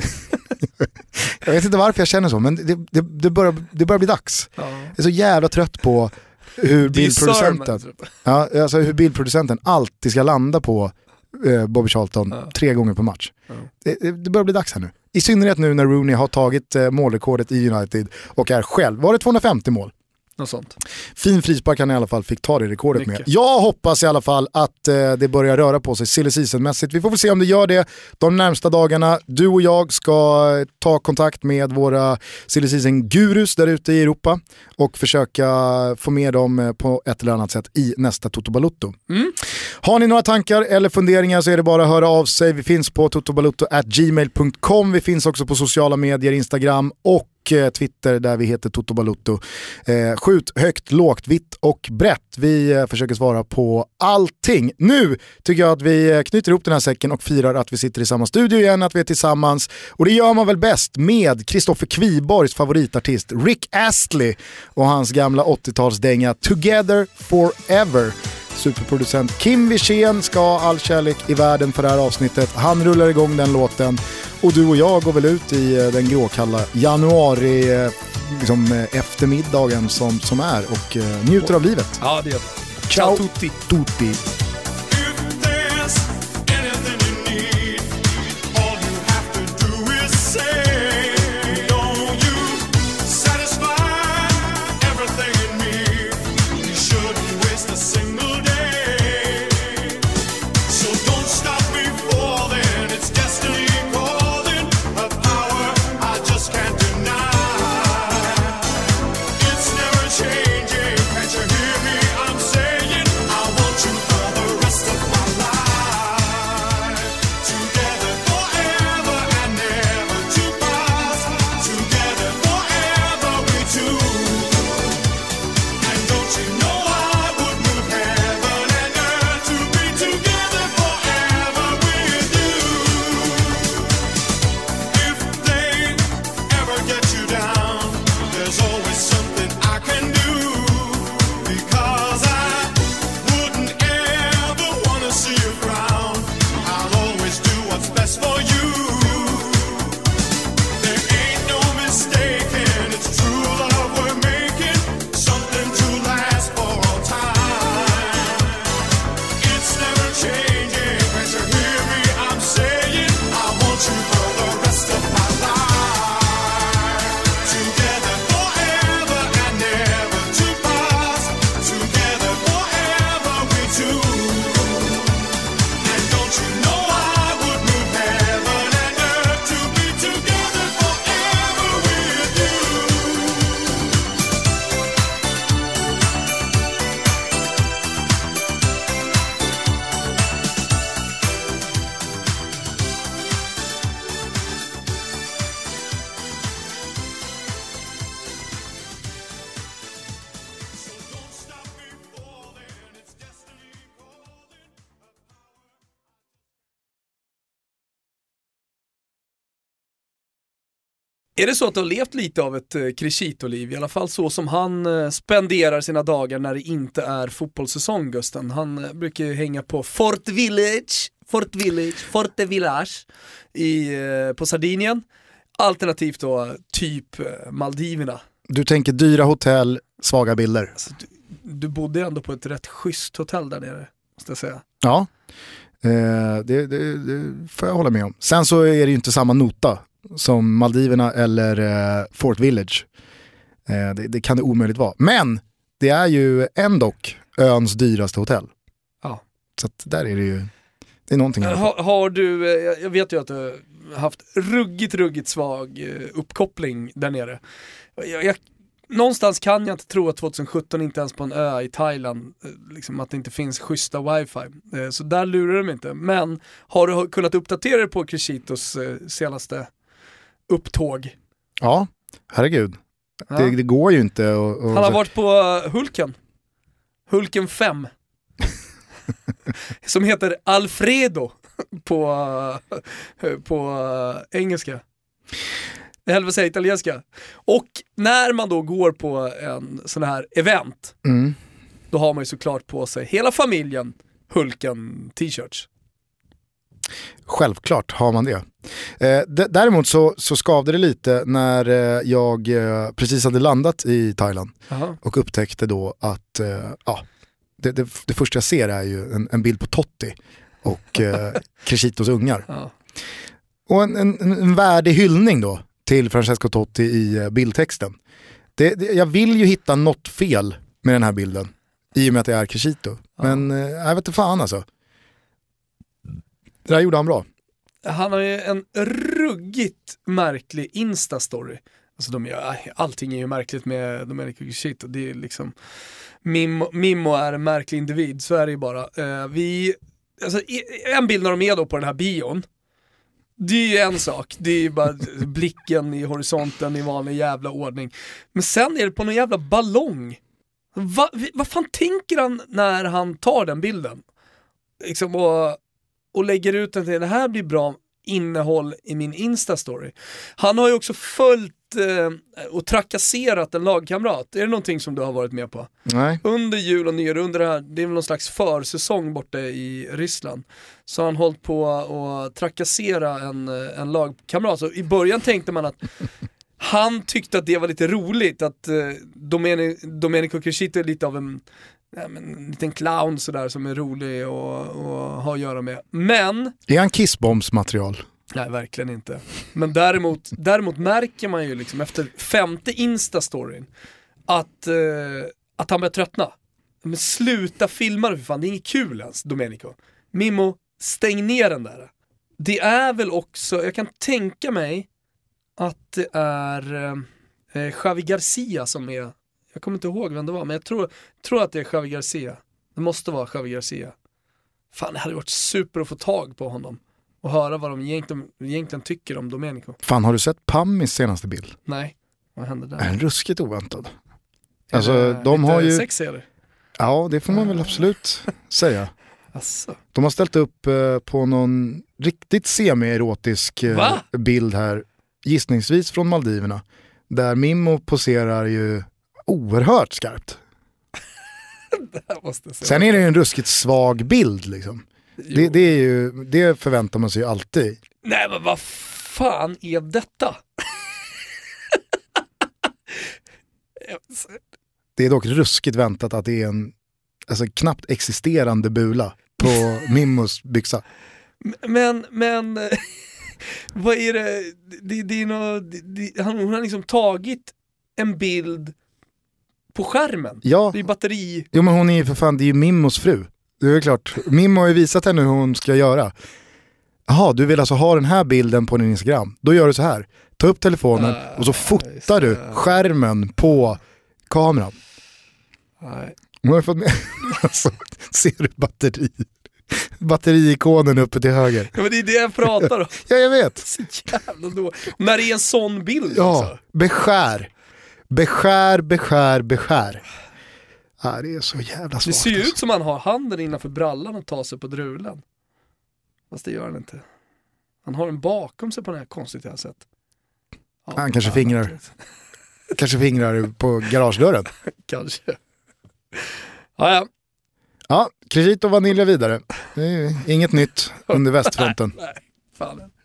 Jag vet inte varför jag känner så, men det, det, det, börjar, det börjar bli dags. Ja. Jag är så jävla trött på hur bildproducenten, ja, alltså hur bildproducenten alltid ska landa på eh, Bobby Charlton ja. tre gånger på match. Ja. Det, det börjar bli dags här nu. I synnerhet nu när Rooney har tagit eh, målrekordet i United och är själv. Var det tvåhundrafemtio mål? Något sånt. Fin frispark han i alla fall fick ta det rekordet Mycket. med. Jag hoppas i alla fall att eh, det börjar röra på sig silly season-mässigt. Vi får väl se om det gör det de närmsta dagarna. Du och jag ska ta kontakt med våra silly season-gurus där ute i Europa och försöka få med dem på ett eller annat sätt i nästa Toto Balutto. Mm. Har ni några tankar eller funderingar så är det bara att höra av sig. Vi finns på totobalutto at gmail punkt com. Vi finns också på sociala medier, Instagram och Twitter där vi heter Toto Balutto. Eh, skjut högt, lågt, vitt och brett. Vi eh, försöker svara på allting. Nu tycker jag att vi knyter ihop den här säcken och firar att vi sitter i samma studio igen, att vi är tillsammans. Och det gör man väl bäst med Kristoffer Kviborgs favoritartist Rick Astley och hans gamla åttiotalsdänga Together Forever. Superproducent Kim Wirsén ska ha all kärlek i världen för det här avsnittet. Han rullar igång den låten. Och du och jag går väl ut i den gråkalla januari liksom, eftermiddagen som, som är och uh, njuter av livet. Ja, det gör vi. Ciao tutti. tutti. Är det så att du har levt lite av ett eh, Crescito-liv? I alla fall så som han eh, spenderar sina dagar när det inte är fotbollssäsong, Gusten. Han eh, brukar ju hänga på Fort Village, Fort Village, Forte Village i, eh, på Sardinien. Alternativt då typ eh, Maldiverna. Du tänker dyra hotell, svaga bilder. Alltså, du, du bodde ändå på ett rätt schysst hotell där nere, måste jag säga. Ja, eh, det, det, det får jag hålla med om. Sen så är det ju inte samma nota som Maldiverna eller eh, Fort Village. Eh, det, det kan det omöjligt vara. Men det är ju ändå öns dyraste hotell. Ja. Så att där är det ju, det är någonting. Har, har du, jag vet ju att du har haft ruggigt, ruggigt svag uppkoppling där nere. Jag, jag, någonstans kan jag inte tro att tjugohundrasjutton inte ens på en ö i Thailand, liksom att det inte finns schyssta wifi. Så där lurar de inte. Men har du kunnat uppdatera dig på Crescitos senaste upptåg? Ja, herregud. Ja. Det, det går ju inte. Och, och Han har varit på Hulken. Hulken fem. Som heter Alfredo på, på engelska. Eller säga italienska. Och när man då går på en sån här event, mm. då har man ju såklart på sig hela familjen Hulken t-shirts. Självklart har man det. Eh, d- däremot så, så skavde det lite när eh, jag eh, precis hade landat i Thailand. Aha. Och upptäckte då att eh, ja, det, det, det första jag ser är ju en, en bild på Totti och eh, Crescitos ungar. Ja. Och en, en, en värdig hyllning då till Francesco Totti i eh, bildtexten. Det, det, jag vill ju hitta något fel med den här bilden i och med att det är Crescito. Ja. Men eh, jag vet inte fan alltså. Det där gjorde han bra. Han har ju en ruggigt märklig Insta-story. Alltså de gör, allting är ju märkligt med Domenico Crescito. Det är liksom Mimmo, Mimmo är en märklig individ, så är det ju bara. Uh, vi, alltså, en bild när de är då på den här bion, det är ju en sak. Det är ju bara blicken i horisonten i vanlig jävla ordning. Men sen är det på någon jävla ballong. Va, vad fan tänker han när han tar den bilden? Liksom och och lägger ut den till det här blir bra innehåll i min Insta-story. Han har ju också följt eh, och trakasserat en lagkamrat. Är det någonting som du har varit med på? Nej. Under jul och nyår, under det här, det är väl någon slags försäsong borta i Ryssland. Så han hållit på att trakassera en, en lagkamrat. Så i början tänkte man att han tyckte att det var lite roligt, att eh, Domenico, Domenico Crescito är lite av en Nej, men en liten clown sådär som är rolig och, och har att göra med. Men är han kissbombsmaterial? Nej, verkligen inte. Men däremot, däremot märker man ju liksom efter femte Insta-storyn att, eh, att han börjar tröttna. Men sluta filma det för fan, det är inget kul ens, Domenico. Mimmo, stäng ner den där. Det är väl också, jag kan tänka mig att det är eh, Javi Garcia som är, jag kommer inte ihåg vem det var, men jag tror, tror att det är Javi Garcia. Det måste vara Javi Garcia. Fan, det hade varit super att få tag på honom och höra vad de egentligen, egentligen tycker om Domenico. Fan, har du sett Pammis senaste bild? Nej, vad hände där? Är ruskigt oväntad. Alltså, är de har ju... sex eller? Ja, det får man väl absolut säga. Asså. De har ställt upp eh, på någon riktigt semi-erotisk eh, bild här, gissningsvis från Maldiverna, där Mimmo poserar ju oerhört skarpt. Måste Sen är det ju en ruskigt svag bild liksom. Det, det, är ju, det förväntar man sig ju alltid. Nej, men vad fan är detta? Det är dock ruskigt väntat att det är en alltså, knappt existerande bula på Mimmos byxa. Men, men vad är det? Det, det är något, det, han, hon har liksom tagit en bild på skärmen. Ja. Det är batteri. Jo, men hon är ju för fan, det är ju Mimmos fru. Det är klart. Mimmo har ju visat henne hur hon ska göra. Jaha, du vill alltså ha den här bilden på din Instagram. Då gör du så här. Ta upp telefonen uh, och så fotar du skärmen på kameran. Nej. Hon har fått med. Alltså, ser du batteri? Batteriikonen uppe till höger. Ja, men det är det jag pratar om. Ja, jag vet. Så jävla då. När det är en sån bild. Ja, alltså. beskär. Beskär, beskär, beskär. Ja, det är så jävla svårt. Det ser ju alltså. ut som han har handen innanför brallan och tar sig på drulen. Fast det gör han inte. Han har den bakom sig på det här konstigt jag har sett. Ja, han kanske fingrar. Kanske fingrar på garagedörren. Kanske. Ja, ja. Ja, Crescito Vanilja vidare. Det är inget nytt under västfronten. Nej, fan.